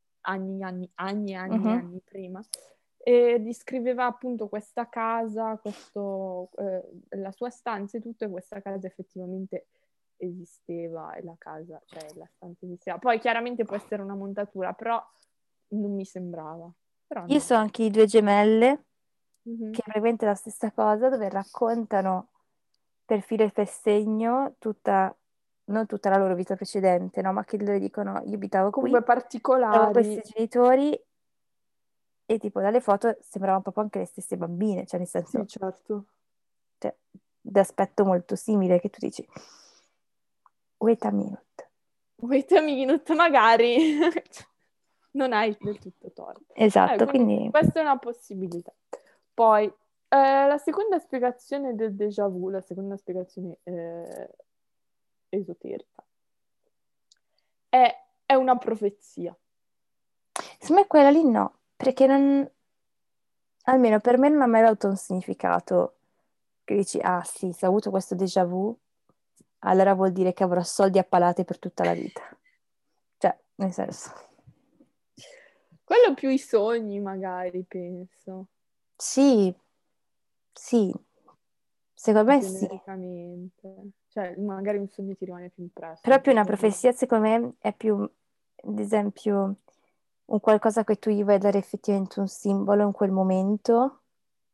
Mhm. anni prima, e descriveva appunto questa casa, la sua stanza e tutto, e questa casa effettivamente esisteva, e la casa, cioè la stanza esisteva. Poi chiaramente può essere una montatura, però non mi sembrava. Però Io non lo so so. anche di due gemelle Mhm. che è praticamente la stessa cosa, dove raccontano per filo e per segno tutta, non tutta la loro vita precedente, no? Ma che loro dicono, io abitavo qui, Comunque avevo particolari. questi genitori e tipo dalle foto sembravano proprio anche le stesse bambine, cioè nel Sì, senso, certo. cioè, d'aspetto molto simile, che tu dici, wait a minute. Wait a minute, magari. Non hai del tutto torto. Esatto, Quindi quindi questa è una possibilità. Poi, la seconda spiegazione del déjà vu, la seconda spiegazione esoterica, è una profezia. secondo me quella lì no. Perché non, almeno per me non ha mai avuto un significato che dici, ah sì, se ho avuto questo déjà vu, allora vuol dire che avrò soldi a palate per tutta la vita. Cioè, nel senso, Quello più i sogni, magari, penso, sì, sì, secondo me sì. genericamente. Cioè, magari un sogno ti rimane più impresso, Però un più una qualcosa. profezia, secondo me, è più, ad esempio, un qualcosa che tu gli vai a dare effettivamente un simbolo in quel momento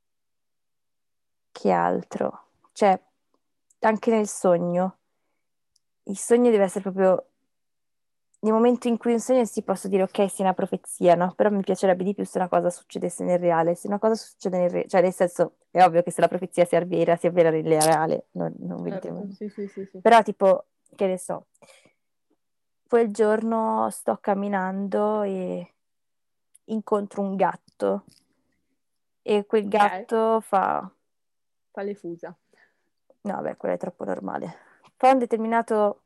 che altro. Cioè, anche nel sogno, il sogno deve essere proprio nel momento in cui un sogno si posso dire ok, sì, è una profezia, no? Però mi piacerebbe di più se una cosa succedesse nel reale. Se una cosa succede nel reale, cioè nel senso, è ovvio che se la profezia si avvera nel reale, non Certo, evidentemente. sì, sì, sì, sì. Però tipo, che ne so, quel giorno sto camminando e incontro un gatto e quel Ok, gatto fa... fa le fusa. No, beh, quello è troppo normale. Fa un determinato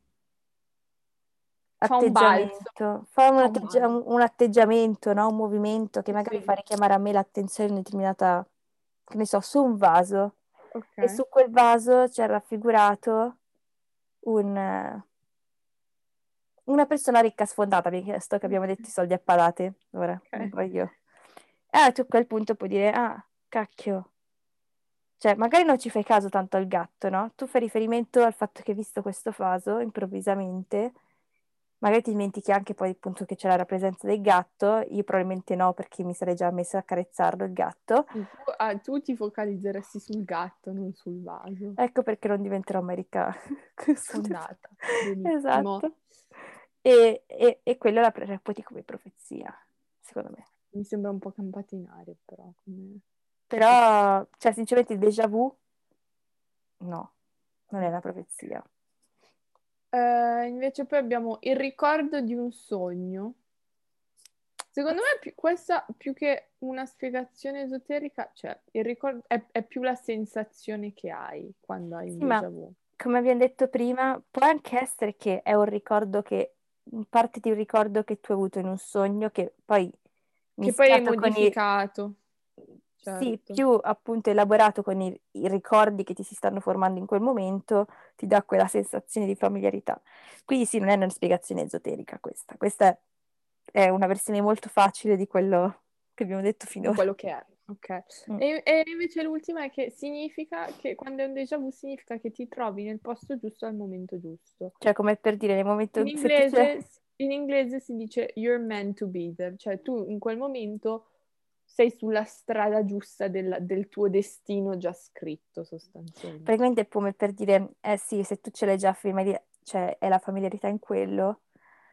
Fa un balzo, atteggiamento, fa fa un balzo. un atteggiamento, no? Un movimento che Sì, magari sì, fa richiamare a me l'attenzione in determinata, che ne so, su un vaso. E ok, su quel vaso c'era raffigurato un, una persona ricca sfondata, perché sto che abbiamo detto i soldi a palate, ora, ok. dico io. E allora tu a quel punto puoi dire, ah, cacchio. Cioè, magari non ci fai caso tanto al gatto, no? Tu fai riferimento al fatto che hai visto questo vaso improvvisamente, magari ti dimentichi anche poi appunto che c'era la presenza del gatto, io probabilmente no perché mi sarei già messa a carezzarlo il gatto, Sì, tu ti focalizzeresti sul gatto, non sul vaso. ecco perché non diventerò mai ricca. Fondata. Benissimo. Esatto. E quella la reputi come profezia, secondo me. Mi sembra un po' campata in aria, però, come profezia. Però, cioè, sinceramente il déjà vu, no, non è una profezia. Invece poi abbiamo il ricordo di un sogno. Secondo me questa più che una spiegazione esoterica, cioè il ricordo è più la sensazione che hai quando hai un Sì, ma déjà vu. come abbiamo detto prima, può anche essere che è un ricordo che, parte di un ricordo che tu hai avuto in un sogno che poi Che poi è mischiato con i, modificato, sì, certo. più appunto elaborato con i ricordi che ti si stanno formando in quel momento, ti dà quella sensazione di familiarità. Quindi sì, non è una spiegazione esoterica questa. Questa è una versione molto facile di quello che abbiamo detto Di finora. quello che è, ok. Mm. E invece l'ultima è che significa che quando è un déjà vu significa che ti trovi nel posto giusto al momento giusto. Cioè, come per dire, nel In momento, se tu c'è... inglese, in inglese si dice you're meant to be there, cioè tu in quel momento sei sulla strada giusta del tuo destino già scritto sostanzialmente. Praticamente è come per dire, eh sì, se tu ce l'hai già, cioè è la familiarità in quello,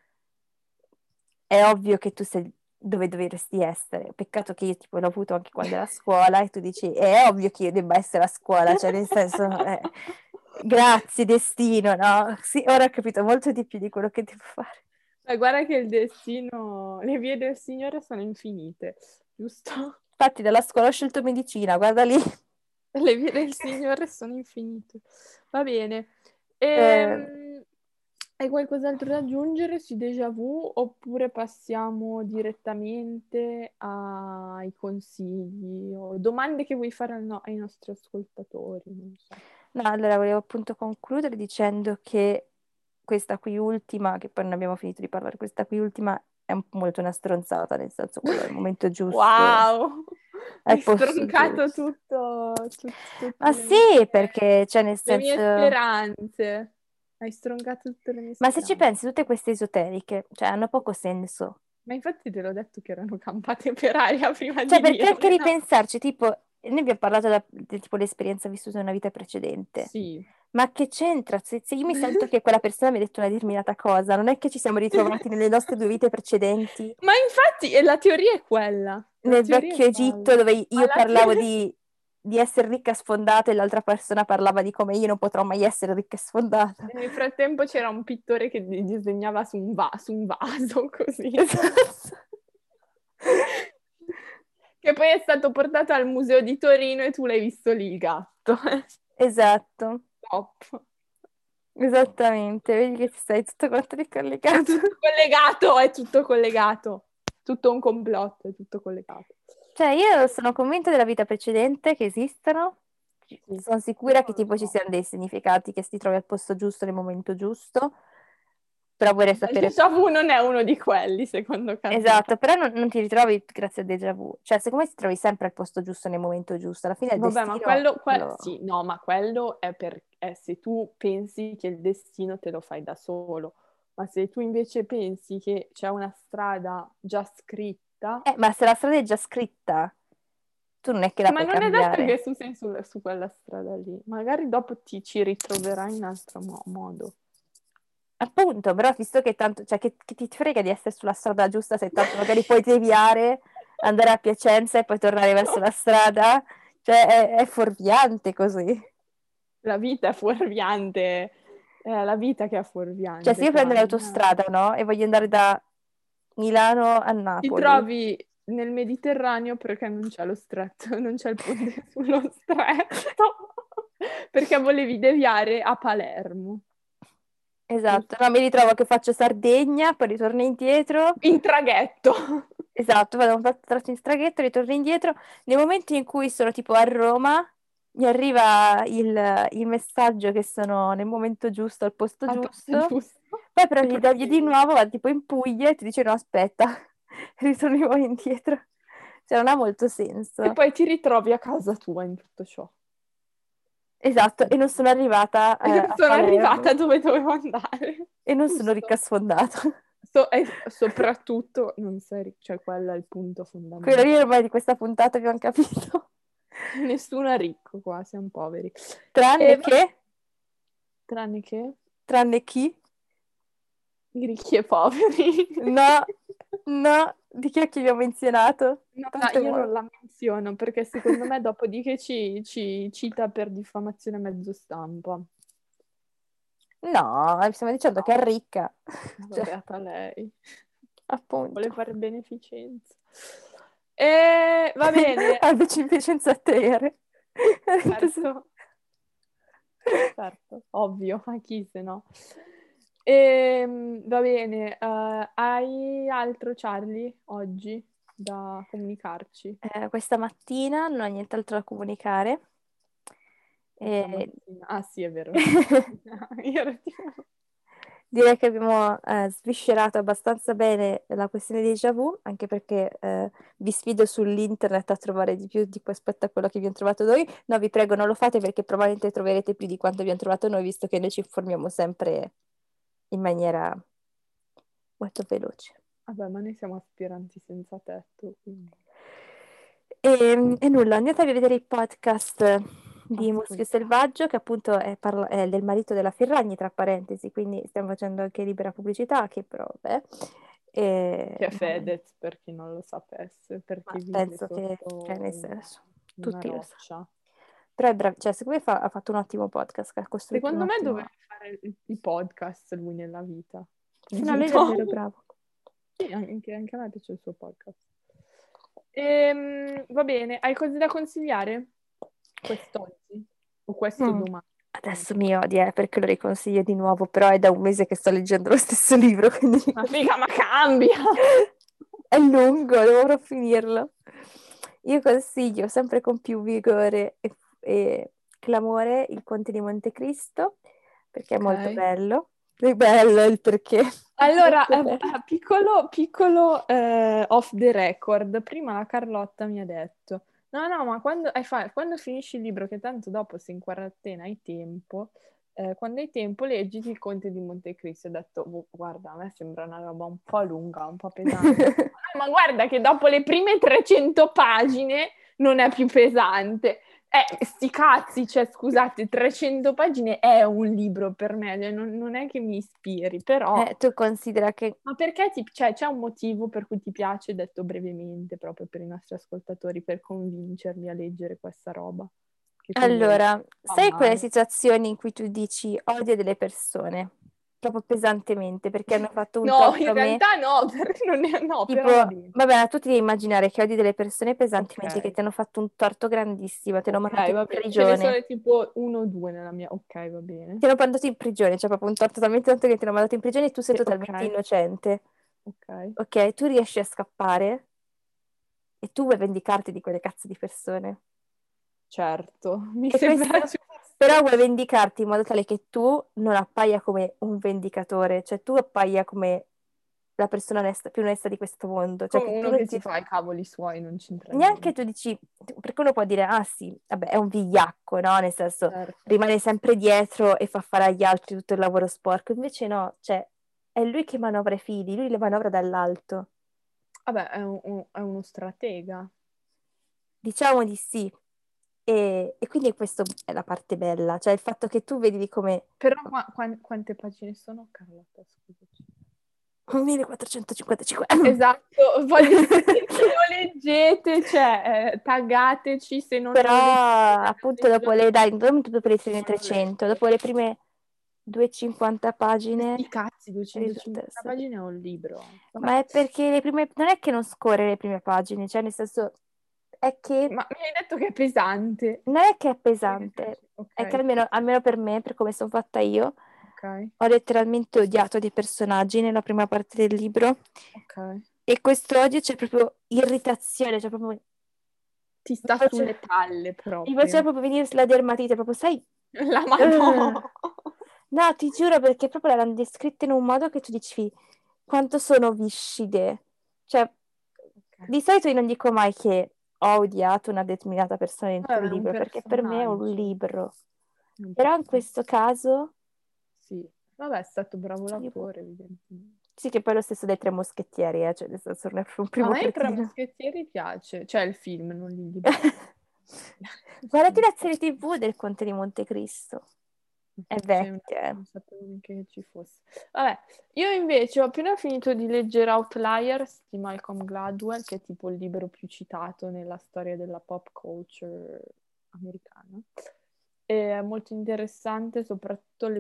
è ovvio che tu sei dove dovresti essere. Peccato che io tipo l'ho avuto anche quando ero a scuola e tu dici, è ovvio che io debba essere a scuola, cioè nel senso, grazie destino, no? Sì, ora ho capito molto di più di quello che devo fare. Guarda che il destino, le vie del Signore sono infinite, giusto? Infatti dalla scuola ho scelto medicina, guarda lì. Le vie del Signore sono infinite. Va bene. Eh, Hai qualcos'altro da aggiungere su déjà vu oppure passiamo direttamente ai consigli o domande che vuoi fare ai nostri ascoltatori? Non so. no, allora volevo appunto concludere dicendo che questa qui ultima, che poi non abbiamo finito di parlare, questa qui ultima è molto una stronzata, nel senso quello è il momento giusto, Wow! è il Hai posto stroncato giusto. tutte Ma le sì, perché, cioè nel le mie senso, speranze. Hai stroncato tutte le mie ma se ci speranze. pensi, tutte queste esoteriche, cioè hanno poco senso. Ma infatti te l'ho detto che erano campate per aria prima Cioè, di perché anche dirle, no? ripensarci, tipo, noi abbiamo parlato di tipo l'esperienza vissuta in una vita precedente. Sì. Ma che c'entra? Se io mi sento che quella persona mi ha detto una determinata cosa, non è che ci siamo ritrovati nelle nostre due vite precedenti, Ma infatti, e la teoria è quella. La nel teoria è vecchio Egitto, quella. dove Ma io la parlavo teoria... di essere ricca e sfondata e l'altra persona parlava di come io non potrò mai essere ricca e sfondata. E nel frattempo c'era un pittore che disegnava su un vaso così. Esatto. Che poi è stato portato al museo di Torino e tu l'hai visto lì, il gatto. Esatto, Top. esattamente. Vedi che ti stai tutto quanto È ricollegato. tutto collegato, è tutto collegato. tutto un complotto, è tutto collegato. Cioè, io sono convinta della vita precedente che esistano. Sì, Sono sicura che non lo tipo ci so. siano dei significati, che si trovi al posto giusto nel momento giusto. Però vorrei Il sapere. déjà vu non è uno di quelli, secondo Carlotta. Esatto, però non ti ritrovi grazie al déjà vu. Cioè, secondo me ti trovi sempre al posto giusto nel momento giusto. Alla fine il Vabbè, ma destino sì, no, ma quello è se tu pensi che il destino te lo fai da solo. Ma se tu invece pensi che c'è una strada già scritta, Ma se la strada è già scritta, tu non è che la ma puoi non è detto cambiare. che tu sei su quella strada lì. Magari dopo ti ci ritroverai in altro modo. Appunto, però visto che tanto, cioè che ti frega di essere sulla strada giusta se tanto magari puoi deviare, andare a Piacenza e poi tornare verso la strada, cioè è fuorviante così. La vita è fuorviante, è la vita che è Cioè se fuorviante io qua. prendo l'autostrada, no? E voglio andare da Milano a Ti Napoli. trovi nel Mediterraneo perché non c'è lo stretto, non c'è il ponte sullo stretto, perché volevi deviare a Palermo. Esatto, no, mi ritrovo che faccio Sardegna, poi ritorno indietro. In traghetto. Esatto, vado un tratto in traghetto, ritorno indietro. Nei momenti in cui sono tipo a Roma, mi arriva il messaggio che sono nel momento giusto, al posto Al posto giusto. giusto. Poi però E gli dai di prosegui. nuovo, va tipo in Puglia e ti dice no, aspetta, ritorni poi indietro. Cioè non ha molto E senso. poi ti ritrovi a casa tua in tutto ciò. Esatto, e non sono arrivata E non a sono Palermo arrivata dove dovevo andare. e non sono ricca Giusto. sfondata. E soprattutto non sei, cioè quello è il punto Quello lì fondamentale. ormai di questa puntata abbiamo capito. Nessuno è ricco qua, siamo poveri. Tranne E va- che, tranne che tranne chi? i ricchi e poveri. No, no, di chi è che vi ho menzionato? No, Tante io non volte. la menziono perché secondo me dopodiché ci cita per diffamazione a mezzo stampa. No, stiamo dicendo che è No, ricca. Cioè, beata lei. appunto. Vuole fare beneficenza. E va bene, Al Beneficenza Terre. certo, certo, ovvio, a chi se no. Va bene, hai altro Charlie oggi da comunicarci? Questa mattina non ho nient'altro da comunicare. Questa E... mattina. Ah sì, è vero, stamattina. Io ero tipo... Direi che abbiamo sviscerato abbastanza bene la questione di déjà vu, anche perché vi sfido sull'internet a trovare di più di rispetto a quello che abbiamo trovato noi. No, vi prego, non lo fate perché probabilmente troverete più di quanto abbiamo trovato noi, visto che noi ci informiamo sempre in maniera molto veloce. Vabbè, ma noi siamo aspiranti senza tetto, quindi E nulla, andatevi a vedere il podcast di Muschio ascoltiamo. Selvaggio, che appunto è del marito della Ferragni, tra parentesi, quindi stiamo facendo anche libera pubblicità, che però, vabbè. Che è No, Fedez, per chi non lo sapesse, ma perché vive penso che, cioè, sotto nel senso, una tutti lo sanno. roccia. Però è bravo, cioè, secondo me ha fatto un ottimo podcast, che ha costruito un Secondo me ottimo... dovrebbe fare i podcast lui nella vita. Sì, no, lui è davvero bravo. Sì, anche a me piace il suo podcast. Va bene, hai cose da consigliare quest'oggi? O questo Mm. domani? Adesso mi odia, perché lo riconsiglio di nuovo, però è da un mese che sto leggendo lo stesso libro, quindi Ma figa, ma cambia! è lungo, dovrò finirlo. Io consiglio sempre con più vigore e clamore Il Conte di Montecristo, perché è molto Ok. bello. È bello il perché. È Allora, molto bello. piccolo off the record, prima la Carlotta mi ha detto, no, ma quando finisci il libro, che tanto dopo sei in quarantena, hai tempo, quando hai tempo leggiti Il Conte di Montecristo. Ho detto, "Oh, guarda, a me sembra una roba un po' lunga, un po' pesante. Ma guarda che dopo le prime 300 pagine non è più pesante. Sti cazzi, cioè, scusate, 300 pagine è un libro per me, cioè, non è che mi ispiri, però... Tu considera che Ma perché cioè, c'è un motivo per cui ti piace, detto brevemente, proprio per i nostri ascoltatori, per convincerli a leggere questa roba che tu vuoi allora, sai quelle amare? situazioni in cui tu dici odio delle persone, proprio pesantemente, perché hanno fatto un No, torto in a me? realtà no, no, Tipo, però va bene. vabbè, tu ti devi immaginare che odi delle persone Ok, pesantemente che ti hanno fatto un torto grandissimo, ti hanno mandato ok, in va bene. Ce ne prigione. sono tipo uno o due nella mia... Ok, va bene. Ti hanno mandato in prigione, cioè proprio un torto talmente tanto che ti hanno mandato in prigione e tu sei Ok, totalmente innocente. Ok, ok? Tu riesci a scappare e tu vuoi vendicarti di quelle cazzo di persone. certo, mi E sembra questo, però vuoi vendicarti in modo tale che tu non appaia come un vendicatore, cioè tu appaia come la persona più onesta di questo mondo, cioè come che tu uno non che si ti... fa i cavoli suoi, non c'entra Neanche niente. tu dici, perché uno può dire, ah sì, vabbè, è un vigliacco, no? Nel senso, Certo. rimane sempre dietro e fa fare agli altri tutto il lavoro sporco. Invece no, cioè, è lui che manovra i fili, lui le manovra dall'alto. Vabbè, è uno stratega. Diciamo di sì. E quindi questa è la parte bella, cioè il fatto che tu vedi come Però quante pagine sono, Carlotta? Scusaci. 1455. Esatto, voglio dire, se lo leggete, cioè, taggateci se non Però lo leggete, appunto dopo leggetelo, le, dai, dopo le prime non l'ho 300, letto. dopo le prime 250 pagine Sti cazzi, risulta 250 essere... pagine è un libro. Vabbè. Ma è perché le prime... non è che non scorre le prime pagine, cioè nel senso è che Ma mi hai detto che è pesante. non è che è Poi mi pesante, piace. è che Ok, almeno per me, per come sono fatta io, ok, ho letteralmente odiato dei personaggi nella prima parte del libro ok. e questo odio c'è proprio irritazione, cioè proprio Ti sta sulle palle mi faceva proprio. proprio venire la dermatite, proprio sai. La eh. Madonna. No, ti giuro perché proprio l'hanno descritta in un modo che tu dici quanto sono viscide. Cioè, Ok. di solito io non dico mai che ho odiato una determinata persona dentro Vabbè, un ma è un libro, perché per me è un personaggio. libro. È un Però in personaggio. questo caso, Sì. Vabbè, è stato bravo io- l'autore, evidentemente. sì che poi è lo stesso dei Tre Moschettieri, cioè nel senso non è proprio un A primo me i Tre cretino. Moschettieri piace, cioè il film, non il libro. Guardati la serie TV del Conte di Montecristo. È C'è vecchia, eh. non sapevo neanche che ci fosse. Vabbè, io invece ho appena finito di leggere Outliers di Malcolm Gladwell, che è tipo il libro più citato nella storia della pop culture americana. E è molto interessante, soprattutto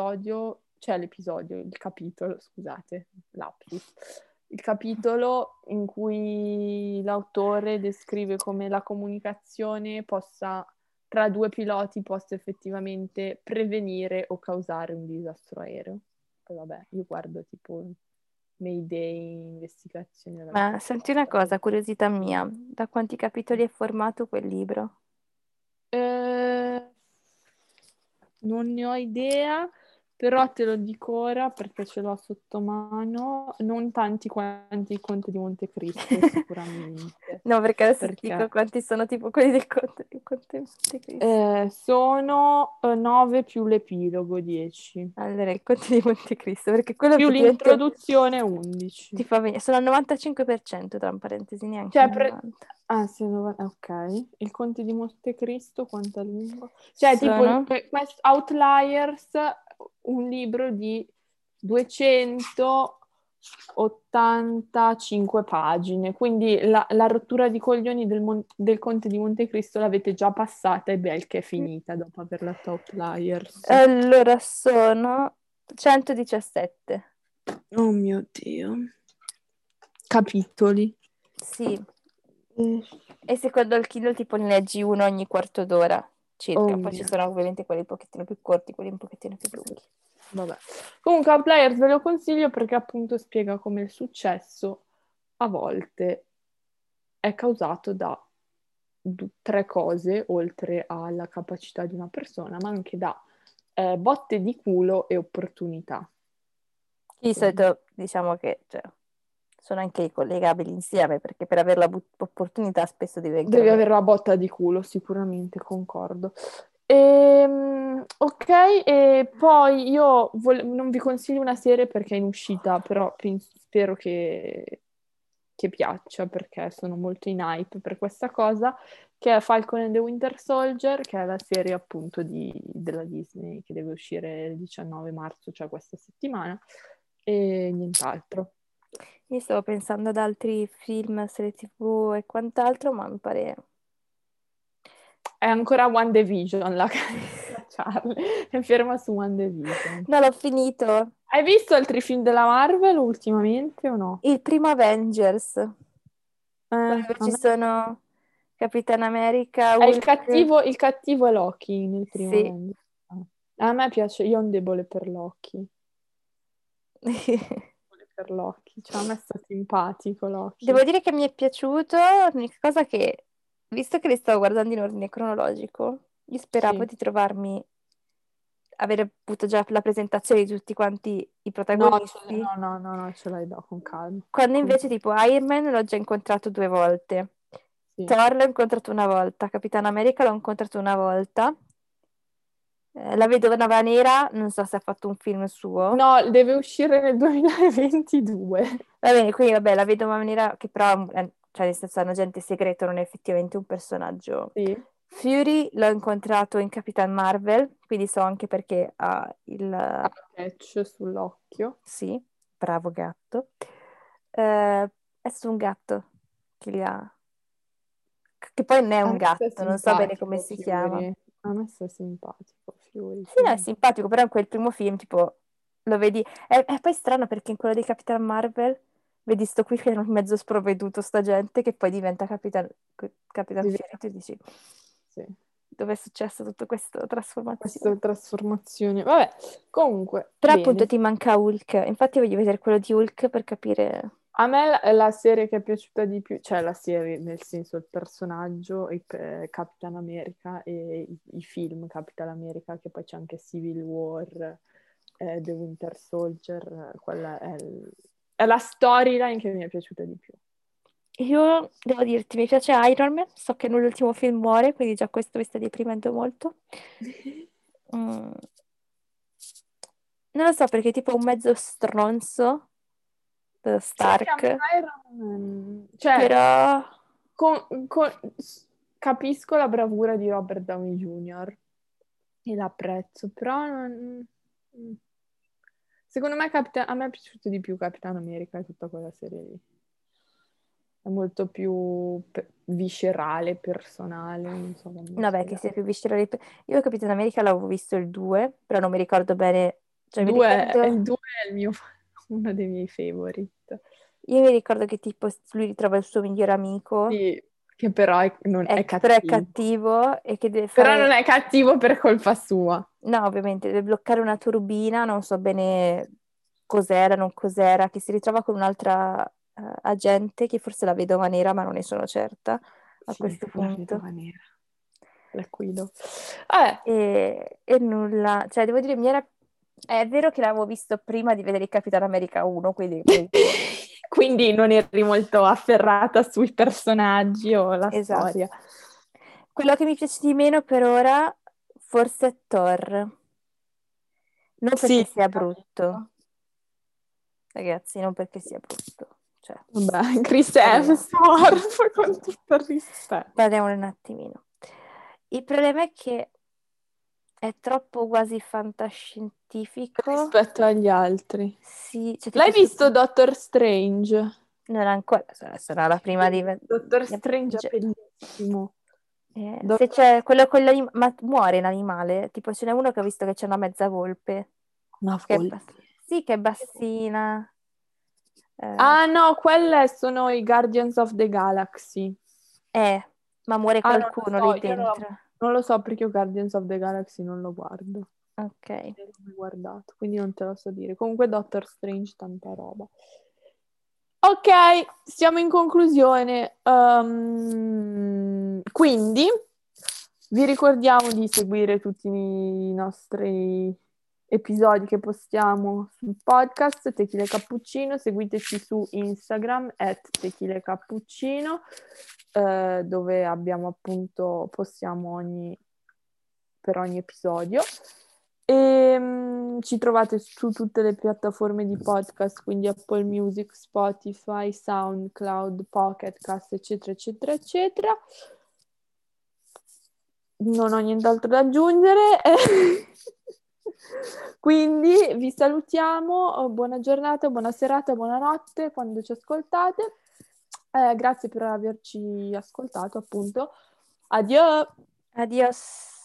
il capitolo, scusate, lapsus. Il capitolo in cui l'autore descrive come la comunicazione possa tra due piloti possa effettivamente prevenire o causare un disastro aereo. Poi vabbè, io guardo tipo Mayday, investigazioni, vabbè, Ma queste senti una cose. cosa, curiosità mia, da quanti capitoli è formato quel libro? Eh, non ne ho idea, però te lo dico ora perché ce l'ho sotto mano. Non tanti quanti i Conti di Montecristo, sicuramente. No, perché adesso ti dico Perché quanti sono tipo quelli del Conte di Montecristo. sono 9 più l'epilogo, 10. Allora, il Conte di Montecristo, perché quello Più effettivamente l'introduzione, ti 11. fa venire... Sono al 95%, tra parentesi, neanche Cioè, il 90%. ah, sì, ok. Il Conte di Montecristo, quanto è lungo? Cioè, tipo, Sono... questo Outliers, un libro di 285 pagine, quindi la rottura di coglioni del Conte di Montecristo l'avete già passata e bel che è finita dopo aver letto Outliers. Allora, sono 117. Oh mio Dio. Capitoli. Sì, Eh, e secondo il Kindle tipo ne leggi uno ogni quarto d'ora Oh circa. Poi ci mio. sono ovviamente quelli un pochettino più corti, quelli un pochettino più lunghi. Vabbè. Comunque Outliers ve lo consiglio perché appunto spiega come il successo a volte è causato da tre cose, oltre alla capacità di una persona, ma anche da botte di culo e opportunità. Di Quindi solito diciamo che cioè, sono anche collegabili insieme perché per avere l'opportunità spesso devi anche devi avere. avere la botta di culo, sicuramente, concordo. Ok, e poi io non vi consiglio una serie perché è in uscita, però spero che piaccia perché sono molto in hype per questa cosa, che è Falcon and the Winter Soldier, che è la serie appunto della Disney che deve uscire il 19 marzo, cioè questa settimana, e nient'altro. Io stavo pensando ad altri film, serie TV e quant'altro, ma mi pare... È ancora WandaVision la Charlie, è ferma su WandaVision. No, l'ho finito. Hai visto altri film della Marvel ultimamente o no? Il primo Avengers, quello dove A ci me sono Capitan America, è Hulk. il cattivo è Loki nel primo Sì. Avengers. A me piace, io ho un debole per Loki. per Loki, cioè a me sta simpatico Loki. Devo dire che mi è piaciuto, l'unica cosa che, visto che li stavo guardando in ordine cronologico, io speravo Sì. di trovarmi, avere avuto già la presentazione di tutti quanti i No, protagonisti, no, ce l'hai con calma. quando invece tipo Iron Man l'ho già incontrato 2 volte, Sì. Thor l'ho incontrato una volta, Capitan America l'ho incontrato una volta, la Vedova Nera non so se ha fatto un film suo. No, deve uscire nel 2022. Va bene, quindi vabbè, la Vedova Nera che però, cioè nel senso è un agente segreto, non è effettivamente un personaggio. Sì. Fury l'ho incontrato in Capitan Marvel, quindi so anche perché ha Ha il... patch sull'occhio. Sì, bravo gatto. È su un gatto che li ha... Che poi non è A un me sta gatto, non so bene come simpatico si chiama. Fury. A me sta simpatico Fury. Sì, no, è simpatico, però in quel primo film, tipo, lo vedi... È poi strano perché in quello di Capitan Marvel vedi sto qui che è mezzo sprovveduto, sta gente, che poi diventa Capitan Fury, Diventa- tu dici, Sì. dove è successo tutta questa trasformazione? Questa trasformazione. Vabbè, comunque, Però appunto bene. ti manca Hulk, infatti voglio vedere quello di Hulk per capire... A me la serie che è piaciuta di più, cioè la serie nel senso il personaggio, Capitan America e i film Capitan America, che poi c'è anche Civil War, The Winter Soldier, quella è la storyline che mi è piaciuta di più. Io devo dirti, mi piace Iron Man, so che nell'ultimo film muore, quindi già questo mi sta deprimendo molto. Mm, Non lo so perché è tipo un mezzo stronzo, Sai che a me Stark, Iron Man, cioè, però... capisco la bravura di Robert Downey Jr. e l'apprezzo, però secondo me a me è piaciuto di più Capitan America e tutta quella serie lì. È molto più viscerale, personale, non so come Vabbè, che spiegare. sia più viscerale. Io Capitano America l'avevo visto il 2, però non mi ricordo bene. Cioè, mi Il ricordo... 2 è uno dei miei favorite. Io mi ricordo che tipo lui ritrova il suo migliore amico, Sì, che però non è però è cattivo. cattivo e che deve Però non fare... è cattivo per colpa sua. No, ovviamente, deve bloccare una turbina, non so bene cos'era, non cos'era, che si ritrova con un'altra agente, che forse è la vedova nera, ma non ne sono certa a Sì, questo la punto. vedova nera. La Guido. Vabbè, E nulla, cioè devo dire, è vero che l'avevo visto prima di vedere il Capitano America 1, quindi comunque, quindi non eri molto afferrata sui personaggi o la esatto. storia. Quello che mi piace di meno per ora, forse è Thor. Non Sì, perché sia brutto, capisco. ragazzi, non perché sia brutto. Cioè, Vabbè, Chris parliamo. Hemsworth, con tutto il rispetto. Parliamone un attimino. Il problema è che è troppo quasi fantascientifico. Rispetto agli altri. Sì, c'è tipo L'hai visto Doctor Strange? non ancora, sarà la prima di... Doctor Strange è bellissimo. Se Doctor- c'è quello con l'animale, ma muore l'animale? Tipo ce n'è uno che ho visto che c'è una mezza volpe, Una che è volpe. sì, che è bassina. Eh, Ah no, quelle sono i Guardians of the Galaxy. ma muore Ah, non lo qualcuno so, lì dentro. non lo so perché io Guardians of the Galaxy non lo guardo. Ok. Non l'ho mai guardato, quindi non te lo so dire. Comunque Doctor Strange, tanta roba. Ok, siamo in conclusione. Quindi vi ricordiamo di seguire tutti i nostri episodi che postiamo sul podcast Tequila Cappuccino. Seguiteci su Instagram @tequilecappuccino, dove abbiamo appunto postiamo per ogni episodio. E ci trovate su tutte le piattaforme di podcast, quindi Apple Music, Spotify, SoundCloud, Pocket Cast, eccetera, eccetera, eccetera. Non ho nient'altro da aggiungere. Quindi vi salutiamo, buona giornata, buona serata, buonanotte quando ci ascoltate. Grazie per averci ascoltato, appunto. Addio! Adios.